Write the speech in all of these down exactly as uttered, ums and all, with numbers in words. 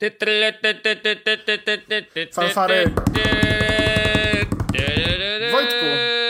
Fanfary. Wojtku.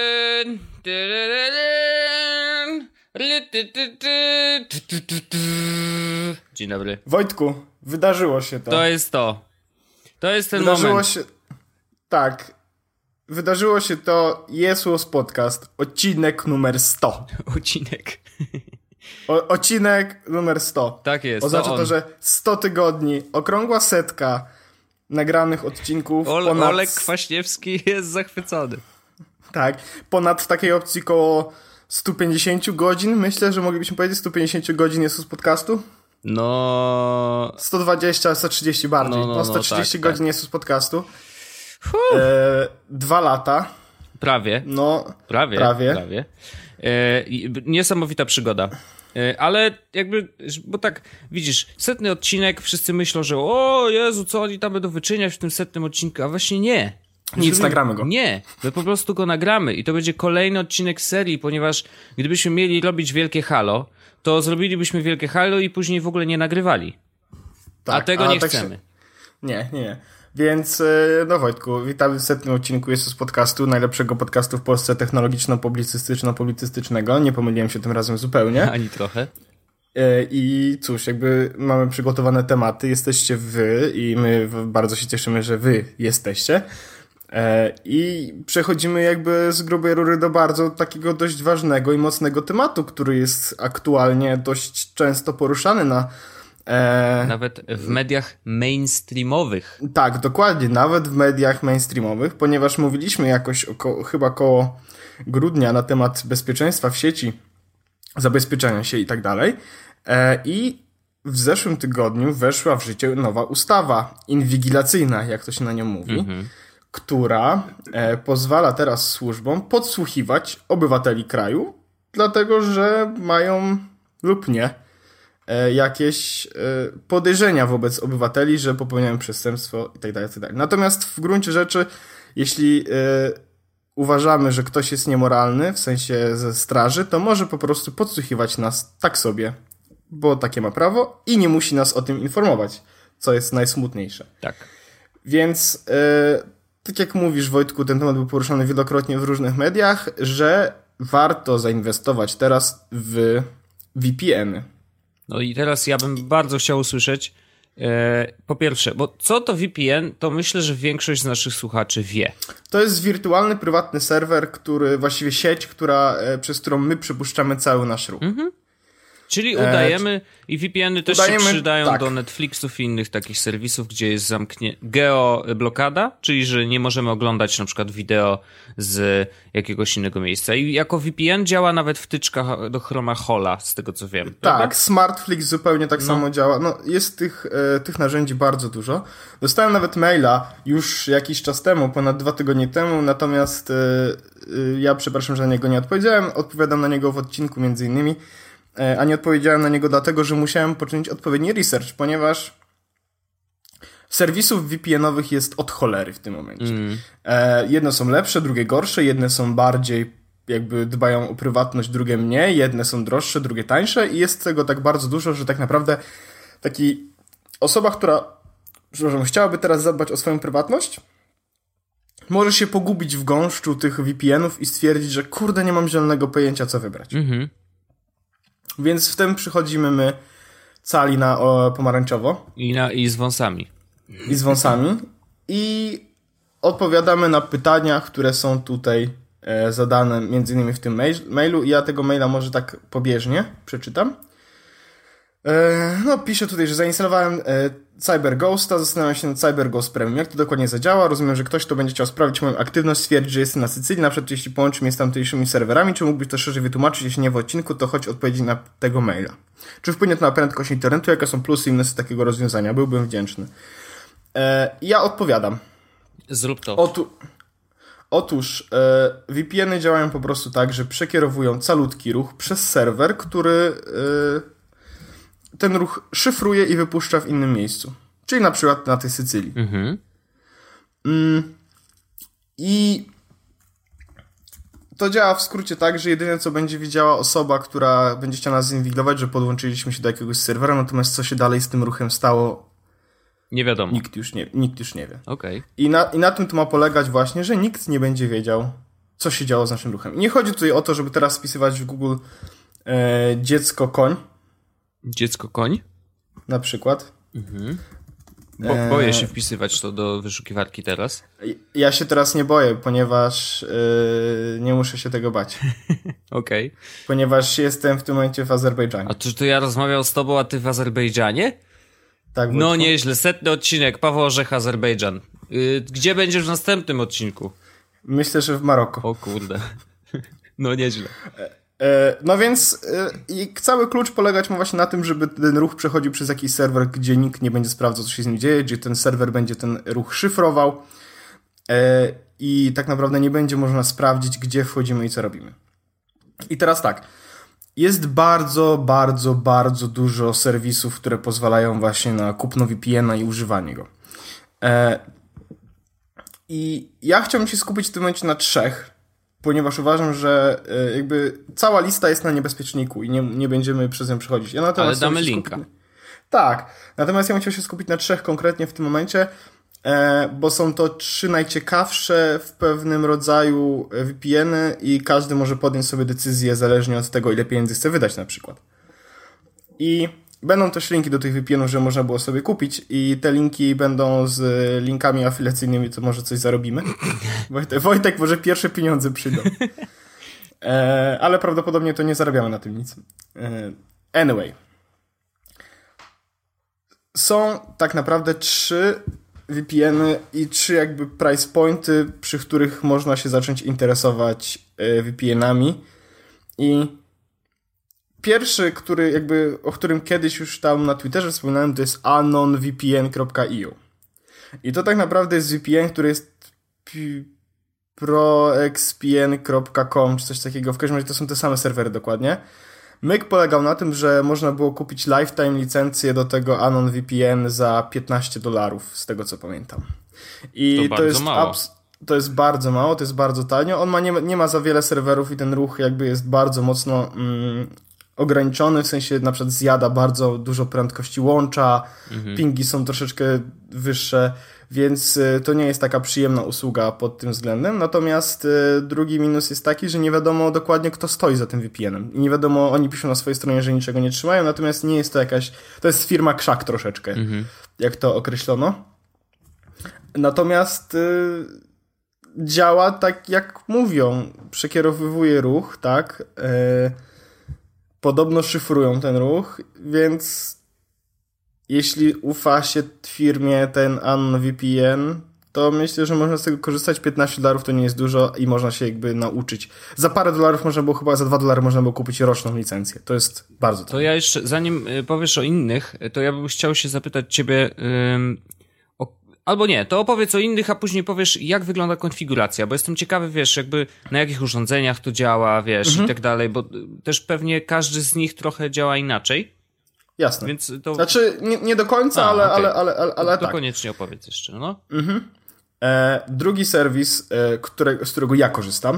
Dzień dobry. Wojtku, wydarzyło się to. To jest to. To jest ten wydarzyło moment. Się... Tak. Wydarzyło się to Jesus Podcast, odcinek numer sto. Odcinek. O, odcinek numer sto. Tak jest. Oznacza to, to, że sto tygodni, okrągła setka nagranych odcinków. Ol, ponad... Olek Kwaśniewski jest zachwycony. Tak. Ponad w takiej opcji koło sto pięćdziesiąt godzin. Myślę, że moglibyśmy powiedzieć sto pięćdziesiąt godzin Jesus Podcastu. No... sto dwadzieścia, sto trzydzieści bardziej. No, no, no, sto trzydzieści no, tak, godzin tak. Jesus Podcastu. E, dwa lata. Prawie. No, prawie. prawie. prawie. E, niesamowita przygoda. E, ale jakby, bo tak, widzisz, setny odcinek, wszyscy myślą, że o Jezu, co oni tam będą wyczyniać w tym setnym odcinku, a właśnie nie. Nic, my, nagramy go. Nie, my po prostu go nagramy i to będzie kolejny odcinek serii, ponieważ gdybyśmy mieli robić wielkie halo, to zrobilibyśmy wielkie halo i później w ogóle nie nagrywali. Tak, a tego a nie tak chcemy. Się... Nie, nie, nie. Więc, no Wojtku, witamy w setnym odcinku Jesus Podcastu, najlepszego podcastu w Polsce technologiczno-publicystyczno-politystycznego. Nie pomyliłem się tym razem zupełnie. Ani trochę. I cóż, jakby mamy przygotowane tematy, jesteście wy i my bardzo się cieszymy, że wy jesteście. I przechodzimy jakby z grubej rury do bardzo takiego dość ważnego i mocnego tematu, który jest aktualnie dość często poruszany na E... Nawet w mediach mainstreamowych. Tak, dokładnie, nawet w mediach mainstreamowych, ponieważ mówiliśmy jakoś około, chyba koło grudnia na temat bezpieczeństwa w sieci, zabezpieczenia się i tak dalej. E, I w zeszłym tygodniu weszła w życie nowa ustawa inwigilacyjna, jak to się na nią mówi, mm-hmm. która e, pozwala teraz służbom podsłuchiwać obywateli kraju, dlatego że mają lub nie jakieś podejrzenia wobec obywateli, że popełniają przestępstwo itd., itd. Natomiast w gruncie rzeczy, jeśli uważamy, że ktoś jest niemoralny, w sensie ze straży, to może po prostu podsłuchiwać nas tak sobie, bo takie ma prawo i nie musi nas o tym informować, co jest najsmutniejsze. Tak. Więc tak jak mówisz, Wojtku, ten temat był poruszany wielokrotnie w różnych mediach, że warto zainwestować teraz w V P N-y. No i teraz ja bym bardzo chciał usłyszeć, e, po pierwsze, bo co to V P N, to myślę, że większość z naszych słuchaczy wie. To jest wirtualny, prywatny serwer, który, właściwie sieć, która, przez którą my przepuszczamy cały nasz ruch. Mhm. Czyli udajemy, e, i V P N-y też udajemy, się przydają tak. do Netflixów i innych takich serwisów, gdzie jest zamknie geoblokada, czyli że nie możemy oglądać na przykład wideo z jakiegoś innego miejsca. I jako V P N działa nawet wtyczka do Chroma Hola, z tego co wiem. Tak, prawda? SmartFlix zupełnie tak no. samo działa. No, jest tych, e, tych narzędzi bardzo dużo. Dostałem nawet maila już jakiś czas temu, ponad dwa tygodnie temu, natomiast e, e, ja przepraszam, że na niego nie odpowiedziałem. Odpowiadam na niego w odcinku między innymi. A nie odpowiedziałem na niego dlatego, że musiałem poczynić odpowiedni research, ponieważ serwisów V P N-owych jest od cholery w tym momencie. Mm. E, jedne są lepsze, drugie gorsze, jedne są bardziej jakby dbają o prywatność, drugie mniej, jedne są droższe, drugie tańsze i jest tego tak bardzo dużo, że tak naprawdę taki osoba, która przepraszam, chciałaby teraz zadbać o swoją prywatność, może się pogubić w gąszczu tych V P N-ów i stwierdzić, że kurde, nie mam zielonego pojęcia, co wybrać. Mm-hmm. Więc w tym przychodzimy my cali na o, pomarańczowo. I, na, I z wąsami. I z wąsami. I odpowiadamy na pytania, które są tutaj e, zadane między innymi w tym mail, mailu. I ja tego maila może tak pobieżnie przeczytam. E, no, piszę tutaj, że zainstalowałem e, CyberGhosta, zastanawiam się nad CyberGhost Premium. Jak to dokładnie zadziała? Rozumiem, że ktoś, kto będzie chciał sprawdzić moją aktywność, stwierdzi, że jestem na Sycylii, na przykład jeśli połączy mnie z tamtejszymi serwerami. Czy mógłbyś to szerzej wytłumaczyć? Jeśli nie w odcinku, to choć odpowiedzi na tego maila. Czy wpłynie to na prędkość internetu? Jakie są plusy i minusy takiego rozwiązania? Byłbym wdzięczny. E, ja odpowiadam. Zrób to. Otu- Otóż e, V P N-y działają po prostu tak, że przekierowują calutki ruch przez serwer, który... E, ten ruch szyfruje i wypuszcza w innym miejscu. Czyli na przykład na tej Sycylii. Mhm. Mm, I to działa w skrócie tak, że jedyne co będzie widziała osoba, która będzie chciała nas zinwigilować, że podłączyliśmy się do jakiegoś serwera, natomiast co się dalej z tym ruchem stało, Nie wiadomo. Nikt już nie, nikt już nie wie. Okej. Okay. I na, I na tym to ma polegać właśnie, że nikt nie będzie wiedział, co się działo z naszym ruchem. I nie chodzi tutaj o to, żeby teraz wpisywać w Google e, dziecko koń. Dziecko koń? Na przykład. Mhm. Bo, boję się wpisywać to do wyszukiwarki teraz. Ja się teraz nie boję, ponieważ yy, nie muszę się tego bać. Okej. Okay. Ponieważ jestem w tym momencie w Azerbejdżanie. A czy to ja rozmawiał z tobą, a ty w Azerbejdżanie? Tak. No wróćmy. Nieźle, setny odcinek, Paweł Orzech, Azerbejdżan. Yy, gdzie będziesz w następnym odcinku? Myślę, że w Maroko. O kurde. No nieźle. No więc i cały klucz polegać ma właśnie na tym, żeby ten ruch przechodził przez jakiś serwer, gdzie nikt nie będzie sprawdzał, co się z nim dzieje, gdzie ten serwer będzie ten ruch szyfrował i tak naprawdę nie będzie można sprawdzić, gdzie wchodzimy i co robimy. I teraz tak, jest bardzo, bardzo, bardzo dużo serwisów, które pozwalają właśnie na kupno V P N a i używanie go. I ja chciałbym się skupić w tym momencie na trzech, ponieważ uważam, że jakby cała lista jest na niebezpieczniku i nie, nie będziemy przez nią przechodzić. Ja Ale damy linka. Skupić... Tak, natomiast ja bym chciał się skupić na trzech konkretnie w tym momencie, bo są to trzy najciekawsze w pewnym rodzaju V P N y i każdy może podjąć sobie decyzję zależnie od tego, ile pieniędzy chce wydać na przykład. I będą też linki do tych V P N ów, że można było sobie kupić i te linki będą z linkami afiliacyjnymi, to może coś zarobimy. Wojtek, Wojtek może pierwsze pieniądze przyjdą. E, ale prawdopodobnie to nie zarabiamy na tym nic. E, anyway. Są tak naprawdę trzy V P N y i trzy jakby price pointy, przy których można się zacząć interesować V P N ami i pierwszy, który jakby, o którym kiedyś już tam na Twitterze wspominałem, to jest anon v p n kropka e u. I to tak naprawdę jest V P N, który jest pro x p n kropka com czy coś takiego. W każdym razie to są te same serwery dokładnie. Myk polegał na tym, że można było kupić lifetime licencję do tego Anon V P N za piętnaście dolarów, z tego co pamiętam. I to, to jest mało. Abs- to jest bardzo mało, to jest bardzo tanio. On ma nie, nie ma za wiele serwerów i ten ruch jakby jest bardzo mocno mm, ograniczony, w sensie na przykład zjada bardzo dużo prędkości łącza, mhm. pingi są troszeczkę wyższe, więc to nie jest taka przyjemna usługa pod tym względem. Natomiast drugi minus jest taki, że nie wiadomo dokładnie, kto stoi za tym V P N-em. I nie wiadomo, oni piszą na swojej stronie, że niczego nie trzymają, natomiast nie jest to jakaś, to jest firma krzak troszeczkę, mhm. jak to określono. Natomiast y, działa tak, jak mówią, przekierowywuje ruch, tak, y, podobno szyfrują ten ruch, więc jeśli ufa się firmie ten Anon V P N, to myślę, że można z tego korzystać. piętnaście dolarów to nie jest dużo i można się jakby nauczyć. Za parę dolarów można było chyba, za dwa dolary można było kupić roczną licencję. To jest bardzo to. To ja jeszcze, zanim powiesz o innych, to ja bym chciał się zapytać ciebie, ym, o, albo nie, to opowiedz o innych, a później powiesz, jak wygląda konfiguracja, bo jestem ciekawy, wiesz, jakby na jakich urządzeniach to działa, wiesz, mhm. i tak dalej, bo też pewnie każdy z nich trochę działa inaczej. Jasne. Więc to... Znaczy, nie, nie do końca, A, ale, okay. ale, ale, ale, ale to tak. koniecznie opowiedz jeszcze, no. Mhm. E, drugi serwis, e, które, z którego ja korzystam,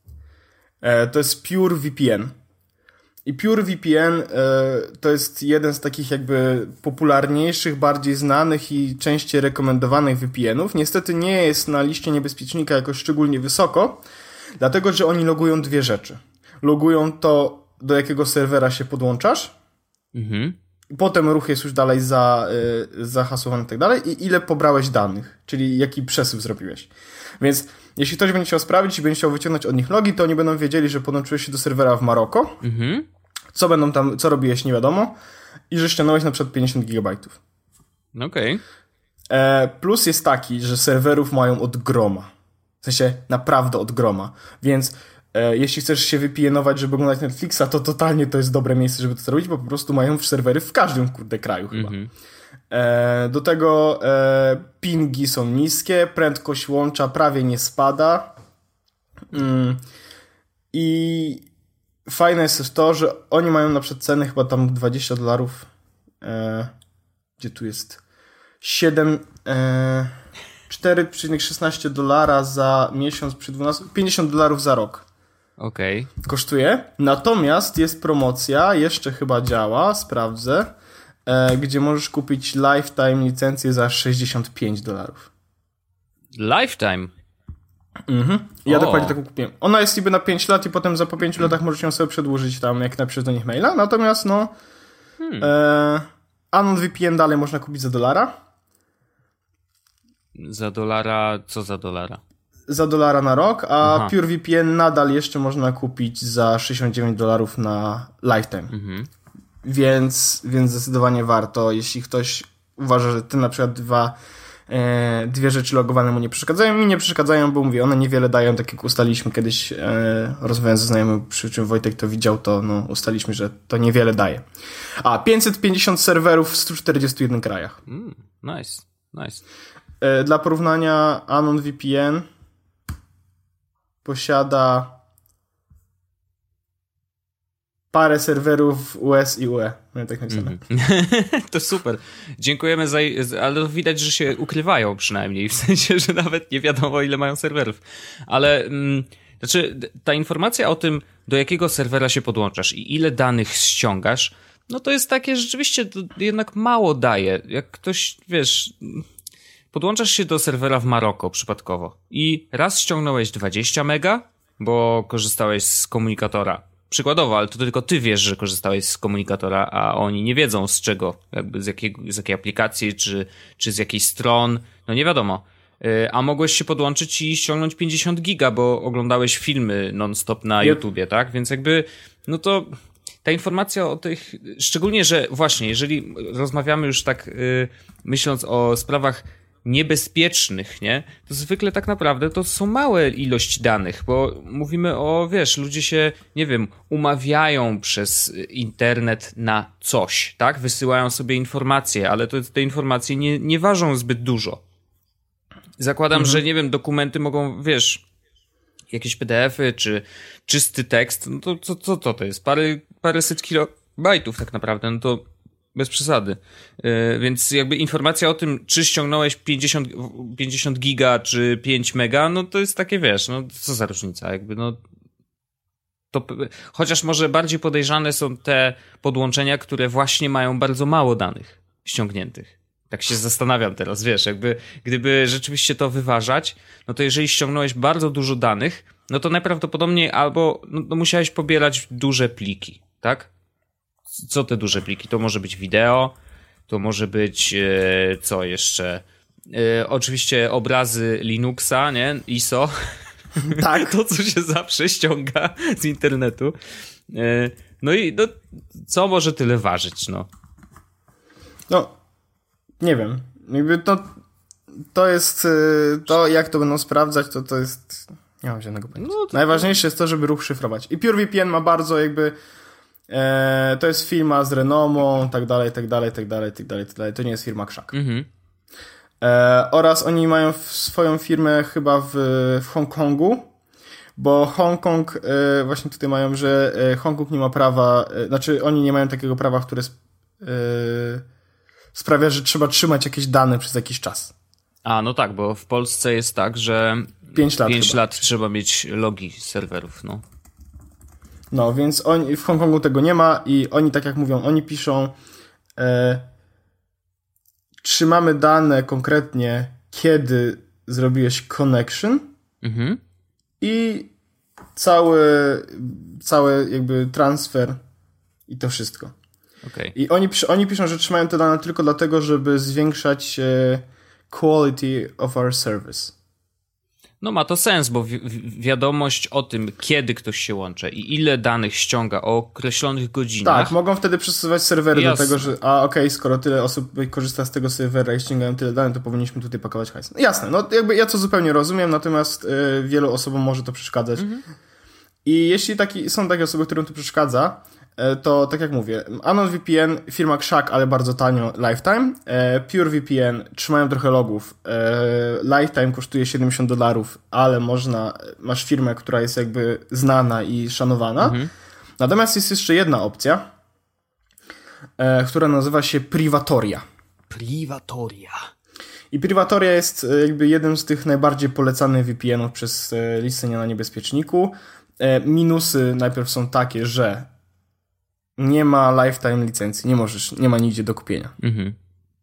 e, to jest Pure V P N. I Pure V P N e, to jest jeden z takich jakby popularniejszych, bardziej znanych i częściej rekomendowanych V P N ów. Niestety nie jest na liście niebezpiecznika jakoś szczególnie wysoko, dlatego, że oni logują dwie rzeczy. Logują to, do jakiego serwera się podłączasz, mhm. Potem ruch jest już dalej za, y, zahasowany i tak dalej i ile pobrałeś danych, czyli jaki przesył zrobiłeś. Więc jeśli ktoś będzie chciał sprawdzić i będzie chciał wyciągnąć od nich logi, to oni będą wiedzieli, że podłączyłeś się do serwera w Maroko, mhm. co będą tam, co robiłeś nie wiadomo i że ściągnąłeś na przykład pięćdziesiąt gigabajtów. Okej. Okay. E, plus jest taki, że serwerów mają od groma. W sensie naprawdę od groma. Więc jeśli chcesz się wypijenować, żeby oglądać Netflixa, to totalnie to jest dobre miejsce, żeby to zrobić, bo po prostu mają serwery w każdym kurde kraju chyba. Mm-hmm. E, do tego e, pingi są niskie, prędkość łącza prawie nie spada. Mm. I fajne jest też to, że oni mają na przykład ceny chyba tam dwadzieścia dolarów. E, gdzie tu jest? siedem... E, cztery przecinek szesnaście dolara za miesiąc przy dwunastu... pięćdziesiąt dolarów za rok. Okej. Okay. Kosztuje. Natomiast jest promocja, jeszcze chyba działa, sprawdzę. e, gdzie możesz kupić lifetime licencję za sześćdziesiąt pięć dolarów. Lifetime? Mhm. Ja o. dokładnie taką kupiłem. Ona jest niby na pięć lat i potem za po pięciu latach możesz ją sobie przedłużyć tam, jak napiszesz do nich maila. Natomiast no hmm. e, Anon V P N dalej można kupić za dolara. Za dolara? Co za dolara? Za dolara na rok, a Aha. PureVPN nadal jeszcze można kupić za sześćdziesiąt dziewięć dolarów na lifetime. Mhm. Więc, więc zdecydowanie warto, jeśli ktoś uważa, że ty na przykład dwa, e, dwie rzeczy logowane mu nie przeszkadzają. Mi nie przeszkadzają, bo mówię, one niewiele dają, tak jak ustaliliśmy kiedyś, e, rozmawiając ze znajomym, przy czym Wojtek to widział, to no, ustaliliśmy, że to niewiele daje. A pięćset pięćdziesiąt serwerów w stu czterdziestu jeden krajach. Mm, nice, nice. E, dla porównania Anon V P N posiada parę serwerów U S i U E. No, tak napisane. Mm-hmm. To super. Dziękujemy za... Ale widać, że się ukrywają przynajmniej. W sensie, że nawet nie wiadomo, ile mają serwerów. Ale... Mm, znaczy, ta informacja o tym, do jakiego serwera się podłączasz i ile danych ściągasz, no to jest takie rzeczywiście, to jednak mało daje. Jak ktoś, wiesz... Podłączasz się do serwera w Maroko przypadkowo i raz ściągnąłeś dwadzieścia mega, bo korzystałeś z komunikatora. Przykładowo, ale to tylko ty wiesz, że korzystałeś z komunikatora, a oni nie wiedzą z czego, jakby z, jakiego, z jakiej aplikacji, czy, czy z jakiej stron, no nie wiadomo. A mogłeś się podłączyć i ściągnąć pięćdziesiąt giga, bo oglądałeś filmy non-stop na YouTubie, tak? Więc jakby, no to ta informacja o tych, szczególnie, że właśnie, jeżeli rozmawiamy już tak, yy, myśląc o sprawach niebezpiecznych, nie? To zwykle tak naprawdę to są małe ilości danych, bo mówimy o, wiesz, ludzie się, nie wiem, umawiają przez internet na coś, tak? Wysyłają sobie informacje, ale to, te informacje nie, nie ważą zbyt dużo. Zakładam, mhm. że, nie wiem, dokumenty mogą, wiesz, jakieś P D F-y, czy czysty tekst, no to co, co to, to jest? Parę, paręset kilobajtów tak naprawdę, no to bez przesady. Yy, więc jakby informacja o tym, czy ściągnąłeś pięćdziesiąt, pięćdziesiąt giga, czy pięć mega, no to jest takie, wiesz, no co za różnica, jakby no to, chociaż może bardziej podejrzane są te podłączenia, które właśnie mają bardzo mało danych ściągniętych. Tak się zastanawiam teraz, wiesz, jakby gdyby rzeczywiście to wyważać, no to jeżeli ściągnąłeś bardzo dużo danych, no to najprawdopodobniej albo no, no musiałeś pobierać duże pliki, tak? Co te duże pliki? To może być wideo, to może być e, co jeszcze? E, oczywiście obrazy Linuxa, nie? I S O. Tak. To, co się zawsze ściąga z internetu. E, no i no, co może tyle ważyć, no? No, nie wiem. Jakby to, to jest to, jak to będą sprawdzać, to to jest... Nie mam żadnego pojęcia. No, to... Najważniejsze jest to, żeby ruch szyfrować. I PureVPN ma bardzo jakby... E, to jest firma z renomą, tak dalej, tak dalej, tak dalej, tak dalej, tak dalej. To nie jest firma Krzak. Mhm. E, oraz oni mają swoją firmę chyba w, w Hongkongu, bo Hongkong, e, właśnie tutaj mają, że e, Hongkong nie ma prawa, e, znaczy oni nie mają takiego prawa, które sp, e, sprawia, że trzeba trzymać jakieś dane przez jakiś czas. A, no tak, bo w Polsce jest tak, że pięć lat, pięć lat trzeba mieć logi z serwerów, no. No, więc oni, w Hongkongu tego nie ma i oni, tak jak mówią, oni piszą e, trzymamy dane konkretnie, kiedy zrobiłeś connection mhm. i cały, cały jakby transfer i to wszystko. Okay. I oni, oni piszą, że trzymają te dane tylko dlatego, żeby zwiększać e, quality of our service. No ma to sens, bo wi- wiadomość o tym, kiedy ktoś się łączy i ile danych ściąga o określonych godzinach. Tak, mogą wtedy przystosować serwery Jasne. do tego, że a okej, okay, skoro tyle osób korzysta z tego serwera i ściągają tyle danych, to powinniśmy tutaj pakować hajs. No, jasne, no jakby ja to zupełnie rozumiem, natomiast y, wielu osobom może to przeszkadzać. Mhm. I jeśli taki, są takie osoby, którym to przeszkadza, to tak jak mówię, Anon V P N, firma Krzak, ale bardzo tanio, lifetime. PureVPN, trzymają trochę logów. Lifetime kosztuje siedemdziesiąt dolarów, ale można, masz firmę, która jest jakby znana i szanowana. Mhm. Natomiast jest jeszcze jedna opcja, która nazywa się Privatoria. Privatoria. I Privatoria jest jakby jednym z tych najbardziej polecanych V P N-ów przez listę na niebezpieczniku. Minusy najpierw są takie, że nie ma lifetime licencji, nie możesz, nie ma nigdzie do kupienia. Mhm.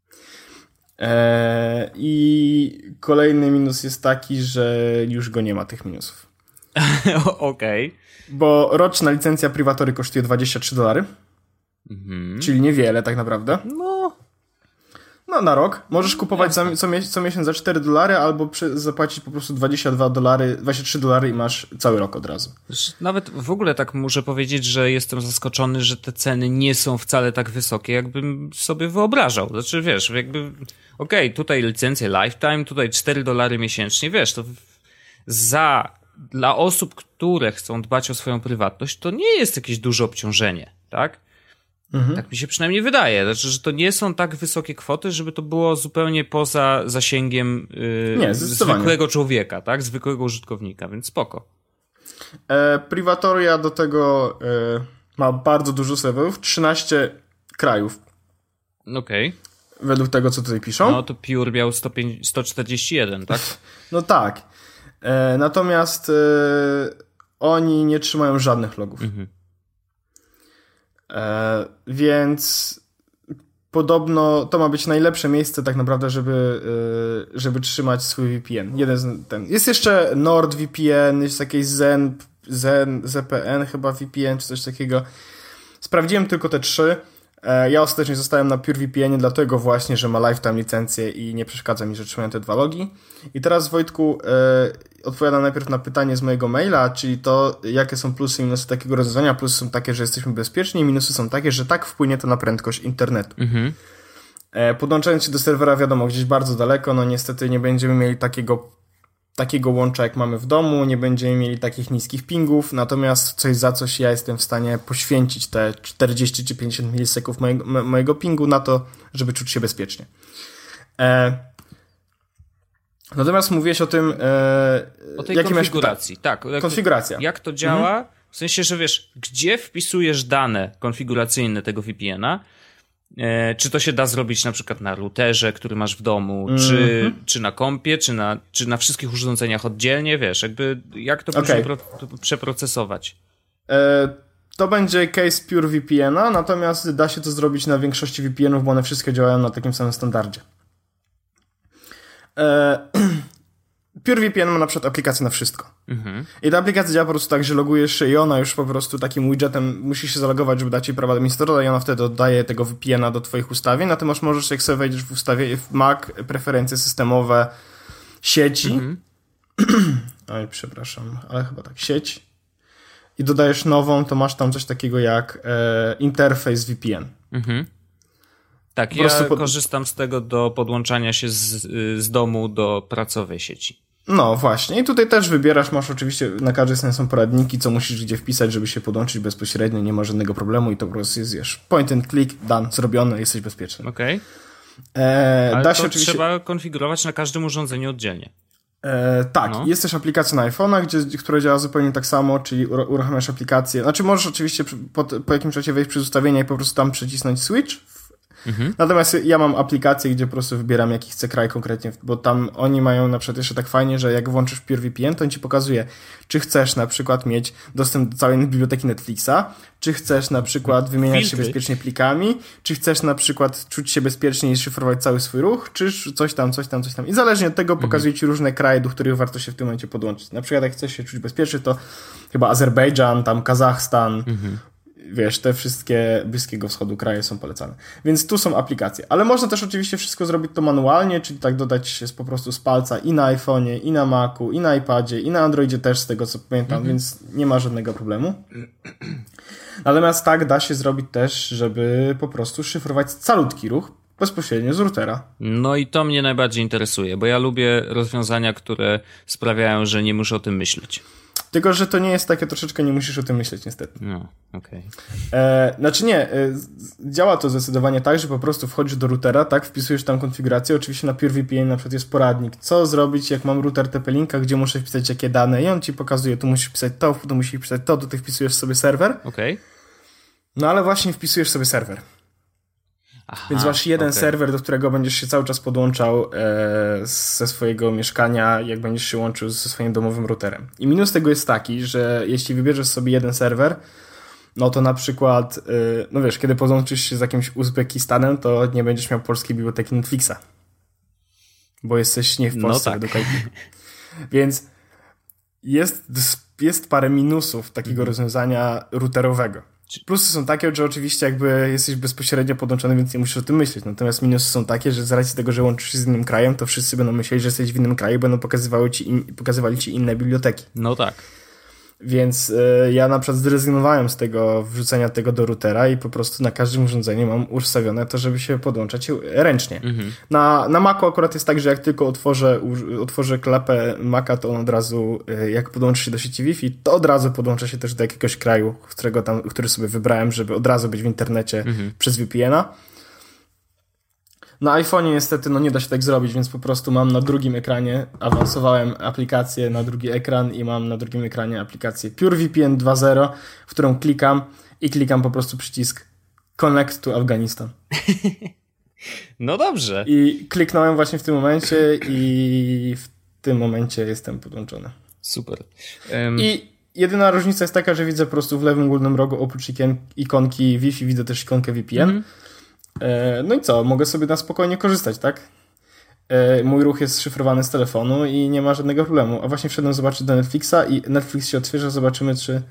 E, I kolejny minus jest taki, że już go nie ma, tych minusów. Okej. Okay. Bo roczna licencja Privatory kosztuje dwadzieścia trzy dolary. Mhm. Czyli niewiele tak naprawdę. No. No na rok. Możesz kupować za, co, mies- co miesiąc za cztery dolary albo przy, zapłacić po prostu dwadzieścia dwa dolary, dwadzieścia trzy dolary i masz cały rok od razu. Nawet w ogóle tak muszę powiedzieć, że jestem zaskoczony, że te ceny nie są wcale tak wysokie, jakbym sobie wyobrażał. Znaczy wiesz, jakby okej, okay, tutaj licencje lifetime, tutaj cztery dolary miesięcznie, wiesz, to za dla osób, które chcą dbać o swoją prywatność, to nie jest jakieś duże obciążenie, tak? Mhm. Tak mi się przynajmniej wydaje. Znaczy, że to nie są tak wysokie kwoty, żeby to było zupełnie poza zasięgiem yy, nie, zwykłego człowieka, tak? Zwykłego użytkownika, więc spoko. E, Privatoria do tego e, ma bardzo dużo serwerów, trzynaście krajów. Okej. Okay. Według tego, co tutaj piszą. No to Pure miał sto czterdzieści jeden, tak? No tak. E, natomiast e, oni nie trzymają żadnych logów. Mhm. E, więc podobno to ma być najlepsze miejsce tak naprawdę, żeby, e, żeby trzymać swój V P N. Jeden z, ten. Jest jeszcze NordVPN, jest jakieś Zen, Zen, Z P N chyba V P N, czy coś takiego. Sprawdziłem tylko te trzy. E, ja ostatecznie zostałem na PureVPN, dlatego właśnie, że ma lifetime licencję i nie przeszkadza mi, że trzymają te dwa logi. I teraz Wojtku e, odpowiadam najpierw na pytanie z mojego maila, czyli to, jakie są plusy i minusy takiego rozwiązania. Plusy są takie, że jesteśmy bezpieczni, minusy są takie, że tak wpłynie to na prędkość internetu. Mhm. E, podłączając się do serwera, wiadomo, gdzieś bardzo daleko, no niestety nie będziemy mieli takiego takiego łącza, jak mamy w domu, nie będziemy mieli takich niskich pingów, natomiast coś za coś ja jestem w stanie poświęcić te czterdzieści czy pięćdziesiąt milisekund mojego, mojego pingu na to, żeby czuć się bezpiecznie. E, natomiast mówiłeś o tym... E, o tej konfiguracji, tak. Jak konfiguracja. To, jak to działa? Mhm. W sensie, że wiesz, gdzie wpisujesz dane konfiguracyjne tego V P N-a, E, czy to się da zrobić na przykład na routerze, który masz w domu, mm-hmm. czy, czy na kompie, czy na, czy na wszystkich urządzeniach oddzielnie, wiesz, jakby jak to okay. pro, przeprocesować? E, to będzie case Pure V P N-a, natomiast da się to zrobić na większości V P N-ów, bo one wszystkie działają na takim samym standardzie. E, PureVPN ma na przykład aplikację na wszystko. Mhm. I ta aplikacja działa po prostu tak, że logujesz się i ona już po prostu takim widgetem musisz się zalogować, żeby dać ci prawa administratora i ona wtedy oddaje tego V P N-a do twoich ustawień. Natomiast możesz, jak sobie wejdziesz w ustawienie, w Mac, preferencje systemowe, sieci. Mhm. Oj, przepraszam, ale chyba tak, sieć. I dodajesz nową, to masz tam coś takiego jak e, interfejs V P N. Mhm. Tak, ja pod... korzystam z tego do podłączania się z, z domu do pracowej sieci. No właśnie i tutaj też wybierasz, masz oczywiście, na każdej stronie są poradniki, co musisz gdzie wpisać, żeby się podłączyć bezpośrednio, nie ma żadnego problemu i to po prostu jest, wiesz, point and click, done, zrobione, jesteś bezpieczny. Okej. Okay. E, Ale da się to oczywiście... trzeba konfigurować na każdym urządzeniu oddzielnie. E, tak, no. Jest też aplikacja na iPhone'a, gdzie, która działa zupełnie tak samo, czyli uruchamiasz aplikację, znaczy możesz oczywiście po, po jakimś czasie wejść przez ustawienia i po prostu tam przycisnąć switch. Mhm. Natomiast ja mam aplikację, gdzie po prostu wybieram jaki chcę kraj konkretnie, bo tam oni mają na przykład jeszcze tak fajnie, że jak włączysz PureVPN, to on ci pokazuje, czy chcesz na przykład mieć dostęp do całej biblioteki Netflixa, czy chcesz na przykład wymieniać Filtry. się bezpiecznie plikami, czy chcesz na przykład czuć się bezpiecznie i szyfrować cały swój ruch, czy coś tam, coś tam, coś tam. I zależnie od tego mhm. pokazuje ci różne kraje, do których warto się w tym momencie podłączyć. Na przykład jak chcesz się czuć bezpiecznie, to chyba Azerbejdżan, tam Kazachstan, mhm. wiesz, te wszystkie Bliskiego Wschodu kraje są polecane. Więc tu są aplikacje. Ale można też oczywiście wszystko zrobić to manualnie, czyli tak dodać po prostu z palca i na iPhone'ie, i na Macu, i na iPadzie, i na Androidzie też, z tego co pamiętam, mhm. więc nie ma żadnego problemu. Natomiast tak da się zrobić też, żeby po prostu szyfrować calutki ruch bezpośrednio z routera. No i to mnie najbardziej interesuje, bo ja lubię rozwiązania, które sprawiają, że nie muszę o tym myśleć. Tylko, że to nie jest takie, troszeczkę nie musisz o tym myśleć niestety. No, okej. Okay. Znaczy nie, e, działa to zdecydowanie tak, że po prostu wchodzisz do routera, tak, wpisujesz tam konfigurację, oczywiście na PureVPN na przykład jest poradnik, co zrobić, jak mam router T P-Linka, gdzie muszę wpisać jakie dane i on ci pokazuje, tu musisz wpisać to, tu musisz wpisać to, tu ty wpisujesz sobie serwer. Okej. Okay. No ale właśnie wpisujesz sobie serwer. Aha, Więc masz jeden okay. serwer, do którego będziesz się cały czas podłączał e, ze swojego mieszkania, jak będziesz się łączył ze swoim domowym routerem. I minus tego jest taki, że jeśli wybierzesz sobie jeden serwer, no to na przykład, no wiesz, kiedy podłączysz się z jakimś Uzbekistanem, to nie będziesz miał polskiej biblioteki Netflixa. Bo jesteś nie w Polsce. No tak. Więc jest, jest parę minusów takiego mhm. rozwiązania routerowego. Plusy są takie, że oczywiście jakby jesteś bezpośrednio podłączony, więc nie musisz o tym myśleć. Natomiast minusy są takie, że z racji tego, że łączysz się z innym krajem, to wszyscy będą myśleli, że jesteś w innym kraju i będą pokazywały ci in, pokazywali ci inne biblioteki. No tak. Więc y, ja na przykład zrezygnowałem z tego wrzucenia tego do routera i po prostu na każdym urządzeniu mam ustawione to, żeby się podłączać ręcznie. Mhm. Na, na Macu akurat jest tak, że jak tylko otworzę, u, otworzę klapę Maca, to on od razu, y, jak podłączy się do sieci Wi-Fi, to od razu podłącza się też do jakiegoś kraju, którego tam, który sobie wybrałem, żeby od razu być w internecie mhm. przez V P N a. Na iPhone'ie niestety no nie da się tak zrobić, więc po prostu mam na drugim ekranie, awansowałem aplikację na drugi ekran i mam na drugim ekranie aplikację PureVPN dwa zero, w którą klikam i klikam po prostu przycisk Connect to Afghanistan. No dobrze. I kliknąłem właśnie w tym momencie i w tym momencie jestem podłączony. Super. Um... I jedyna różnica jest taka, że widzę po prostu w lewym górnym rogu oprócz ikonki Wi-Fi widzę też ikonkę V P N. Mm-hmm. No i co? Mogę sobie na spokojnie korzystać, tak? Mój ruch jest szyfrowany z telefonu i nie ma żadnego problemu. A właśnie wszedłem zobaczyć do Netflixa i Netflix się otwierza, zobaczymy czy...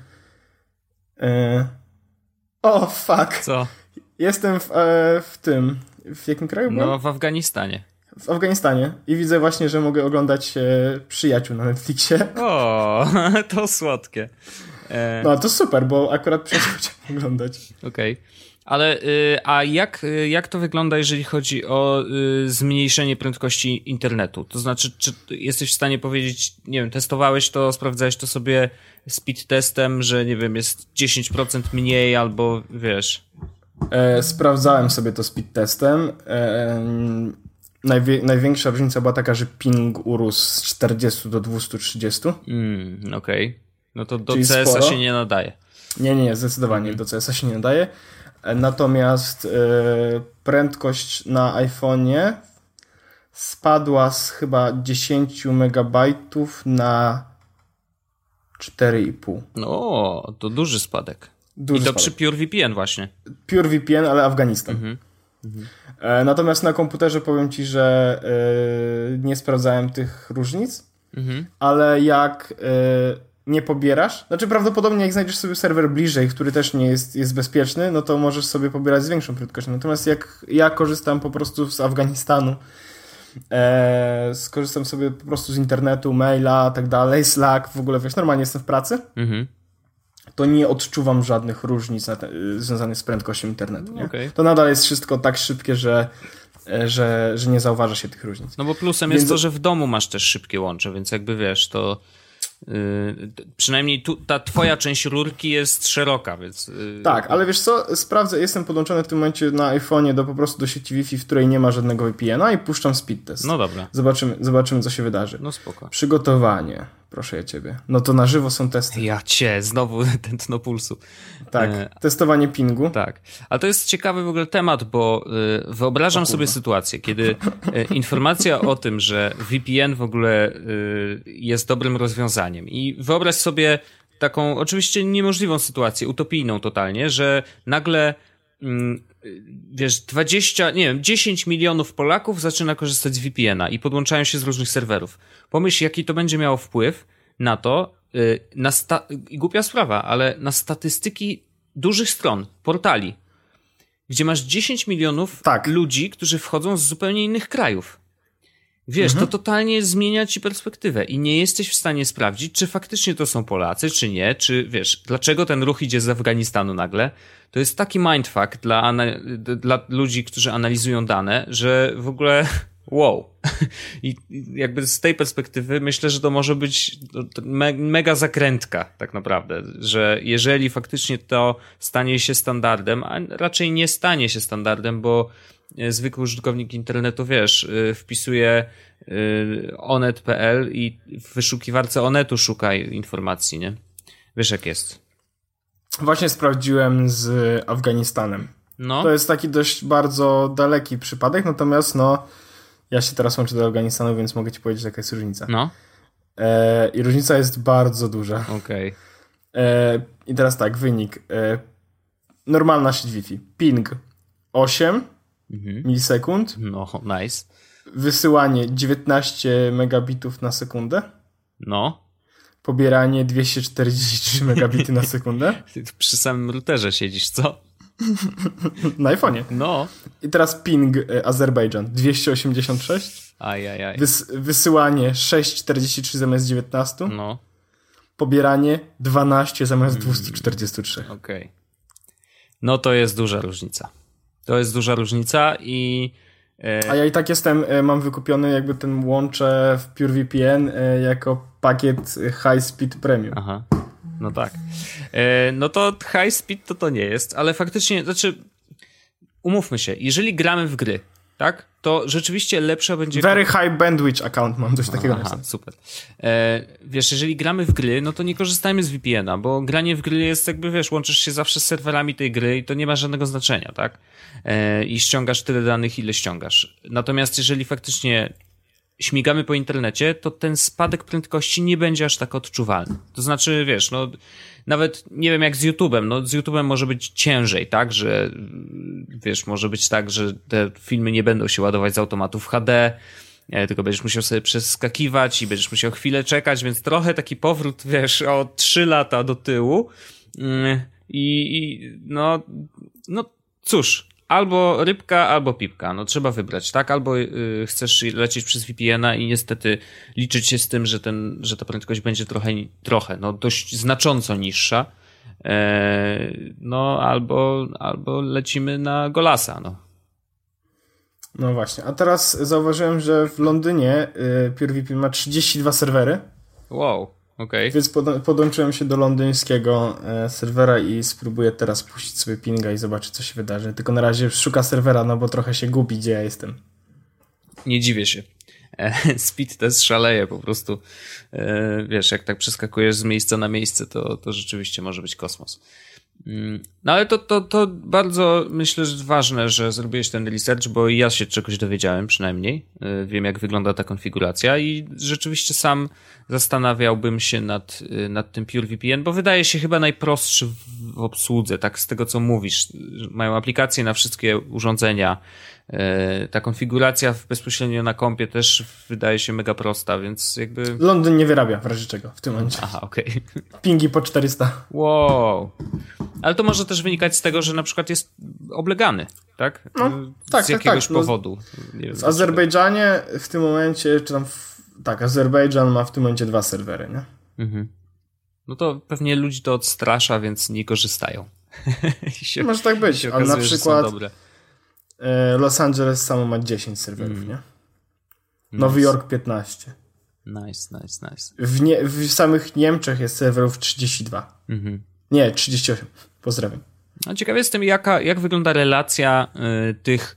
O, oh, fuck! Co? Jestem w, w tym... W jakim kraju byłem? No, w Afganistanie. W Afganistanie. I widzę właśnie, że mogę oglądać Przyjaciół na Netflixie. O, to słodkie. E... No, to super, bo akurat Przyjaciół chciałem oglądać. Okej. Okay. Ale, y, a jak, y, jak to wygląda, jeżeli chodzi o y, zmniejszenie prędkości internetu? To znaczy, czy jesteś w stanie powiedzieć, nie wiem, testowałeś to, sprawdzałeś to sobie speed testem, że nie wiem, jest dziesięć procent mniej albo wiesz... E, sprawdzałem sobie to speed testem. E, najwie, największa różnica była taka, że ping urósł z czterdziestu do dwustu trzydziestu. Mm, okej. Okay. No to do Czyli C S a sporo. się nie nadaje. Nie, nie, zdecydowanie mm. do C S a się nie nadaje. Natomiast e, prędkość na iPhone'ie spadła z chyba dziesięć megabajtów na cztery i pół. O, to duży spadek. Duży I to spadek. przy PureVPN właśnie. PureVPN, ale Afganistan. Mhm. Mhm. E, natomiast na komputerze powiem ci, że e, nie sprawdzałem tych różnic, mhm. ale jak e, nie pobierasz, znaczy prawdopodobnie jak znajdziesz sobie serwer bliżej, który też nie jest, jest bezpieczny, no to możesz sobie pobierać z większą prędkością. Natomiast jak ja korzystam po prostu z Afganistanu, e, skorzystam sobie po prostu z internetu, maila, tak dalej, Slack, w ogóle wiesz, normalnie jestem w pracy, mhm. to nie odczuwam żadnych różnic na te, związanych z prędkością internetu. Nie? Okay. To nadal jest wszystko tak szybkie, że Że, że nie zauważa się tych różnic. No bo plusem więc... jest to, że w domu masz też szybkie łącze, więc jakby wiesz, to Yy, przynajmniej tu, ta twoja część rurki jest szeroka, więc... Yy... Tak, ale wiesz co, sprawdzę, jestem podłączony w tym momencie na iPhone'ie do po prostu do sieci Wi-Fi, w której nie ma żadnego V P N a i puszczam speed test. No dobra. Zobaczymy, zobaczymy co się wydarzy. No spoko. Przygotowanie, proszę ja ciebie. No to na żywo są testy. Ja cię, znowu tętno pulsu. Tak, e... testowanie pingu. Tak, ale to jest ciekawy w ogóle temat, bo y, wyobrażam sobie sytuację, kiedy y, informacja o tym, że V P N w ogóle y, jest dobrym rozwiązaniem i wyobraź sobie taką oczywiście niemożliwą sytuację, utopijną totalnie, że nagle y, wiesz, dwadzieścia, nie wiem, dziesięć milionów Polaków zaczyna korzystać z V P N a i podłączają się z różnych serwerów. Pomyśl, jaki to będzie miało wpływ na to, y, na sta- i głupia sprawa, ale na statystyki dużych stron, portali, gdzie masz dziesięć milionów tak. ludzi, którzy wchodzą z zupełnie innych krajów. Wiesz, mhm. to totalnie zmienia ci perspektywę i nie jesteś w stanie sprawdzić, czy faktycznie to są Polacy, czy nie, czy wiesz, dlaczego ten ruch idzie z Afganistanu nagle. To jest taki mindfuck dla, ana- dla ludzi, którzy analizują dane, że w ogóle wow. I jakby z tej perspektywy myślę, że to może być me- mega zakrętka tak naprawdę, że jeżeli faktycznie to stanie się standardem, a raczej nie stanie się standardem, bo zwykły użytkownik internetu, wiesz, wpisuje onet kropka p l i w wyszukiwarce Onetu szuka informacji, nie? Wiesz jak jest. Właśnie sprawdziłem z Afganistanem. No. To jest taki dość bardzo daleki przypadek, natomiast no ja się teraz łączę do Afganistanu, więc mogę ci powiedzieć, jaka jest różnica. No. E, I różnica jest bardzo duża. Okej. Okay. E, I teraz tak, wynik. E, normalna sieć Wi-Fi. Ping osiem mhm. milisekund. No, nice. Wysyłanie dziewiętnaście megabitów na sekundę. No. Pobieranie dwieście czterdzieści trzy megabity na sekundę. Ty przy samym routerze siedzisz, co? Na iPhone'ie. No. I teraz ping y, Azerbejdżan dwieście osiemdziesiąt sześć. Ajajaj. Wys- wysyłanie sześć czterdzieści trzy zamiast dziewiętnaście. No. Pobieranie dwanaście zamiast dwieście czterdzieści trzy. Okej. Okay. No to jest duża różnica. To jest duża różnica i... A ja i tak jestem, mam wykupiony jakby ten łącze w PureVPN jako pakiet High Speed Premium. Aha, no tak. No to High Speed to to nie jest, ale faktycznie, znaczy umówmy się, jeżeli gramy w gry, tak, to rzeczywiście lepsze będzie... Very high bandwidth account mam, coś takiego. Aha, super. E, wiesz, jeżeli gramy w gry, no to nie korzystajmy z V P N-a, bo granie w gry jest jakby, wiesz, łączysz się zawsze z serwerami tej gry i to nie ma żadnego znaczenia, tak? E, I ściągasz tyle danych, ile ściągasz. Natomiast jeżeli faktycznie śmigamy po internecie, to ten spadek prędkości nie będzie aż tak odczuwalny. To znaczy, wiesz, no nawet nie wiem jak z YouTube'em, no z YouTube'em może być ciężej, tak, że wiesz, może być tak, że te filmy nie będą się ładować z automatu w H D, tylko będziesz musiał sobie przeskakiwać i będziesz musiał chwilę czekać, więc trochę taki powrót, wiesz, o trzy lata do tyłu i, i no, no cóż, albo rybka, albo pipka. No trzeba wybrać, tak? Albo y, chcesz lecieć przez V P N-a i niestety liczyć się z tym, że ten, że ta prędkość będzie trochę, trochę, no dość znacząco niższa. E, no albo, albo lecimy na Golasa, no. No właśnie. A teraz zauważyłem, że w Londynie y, PureVPN ma trzydzieści dwa serwery. Wow. Okay. Więc pod, podłączyłem się do londyńskiego e, serwera i spróbuję teraz puścić sobie pinga i zobaczyć, co się wydarzy. Tylko na razie szuka serwera, no bo trochę się gubi, gdzie ja jestem. Nie dziwię się. E, speed test szaleje po prostu. E, wiesz, jak tak przeskakujesz z miejsca na miejsce, to, to rzeczywiście może być kosmos. No ale to, to, to bardzo myślę, że ważne, że zrobiłeś ten research, bo ja się czegoś dowiedziałem przynajmniej. Wiem, jak wygląda ta konfiguracja i rzeczywiście sam zastanawiałbym się nad, nad tym PureVPN, bo wydaje się chyba najprostszy w obsłudze, tak z tego co mówisz. Mają aplikacje na wszystkie urządzenia. Ta konfiguracja bezpośrednio na kompie też wydaje się mega prosta, więc jakby... Londyn nie wyrabia w razie czego w tym momencie. Aha, okej. Okay. Pingi po czterysta. Wow. Ale to może też wynikać z tego, że na przykład jest oblegany, tak? No, z tak, jakiegoś tak, powodu. No, nie wiem, w Azerbejdżanie w tym momencie, czy tam... W, tak, Azerbejdżan ma w tym momencie dwa serwery, nie? Mhm. No to pewnie ludzi to odstrasza, więc nie korzystają. się, może tak być, ale na przykład dobre. Los Angeles samo ma dziesięć serwerów, mm. nie? Nowy Nice. Jork piętnaście. Nice, nice, nice. W, nie, w samych Niemczech jest serwerów trzydzieści dwa. Mhm. Nie, trzydzieści osiem. Pozdrawiam. No, ciekaw jestem, jaka, jak wygląda relacja y, tych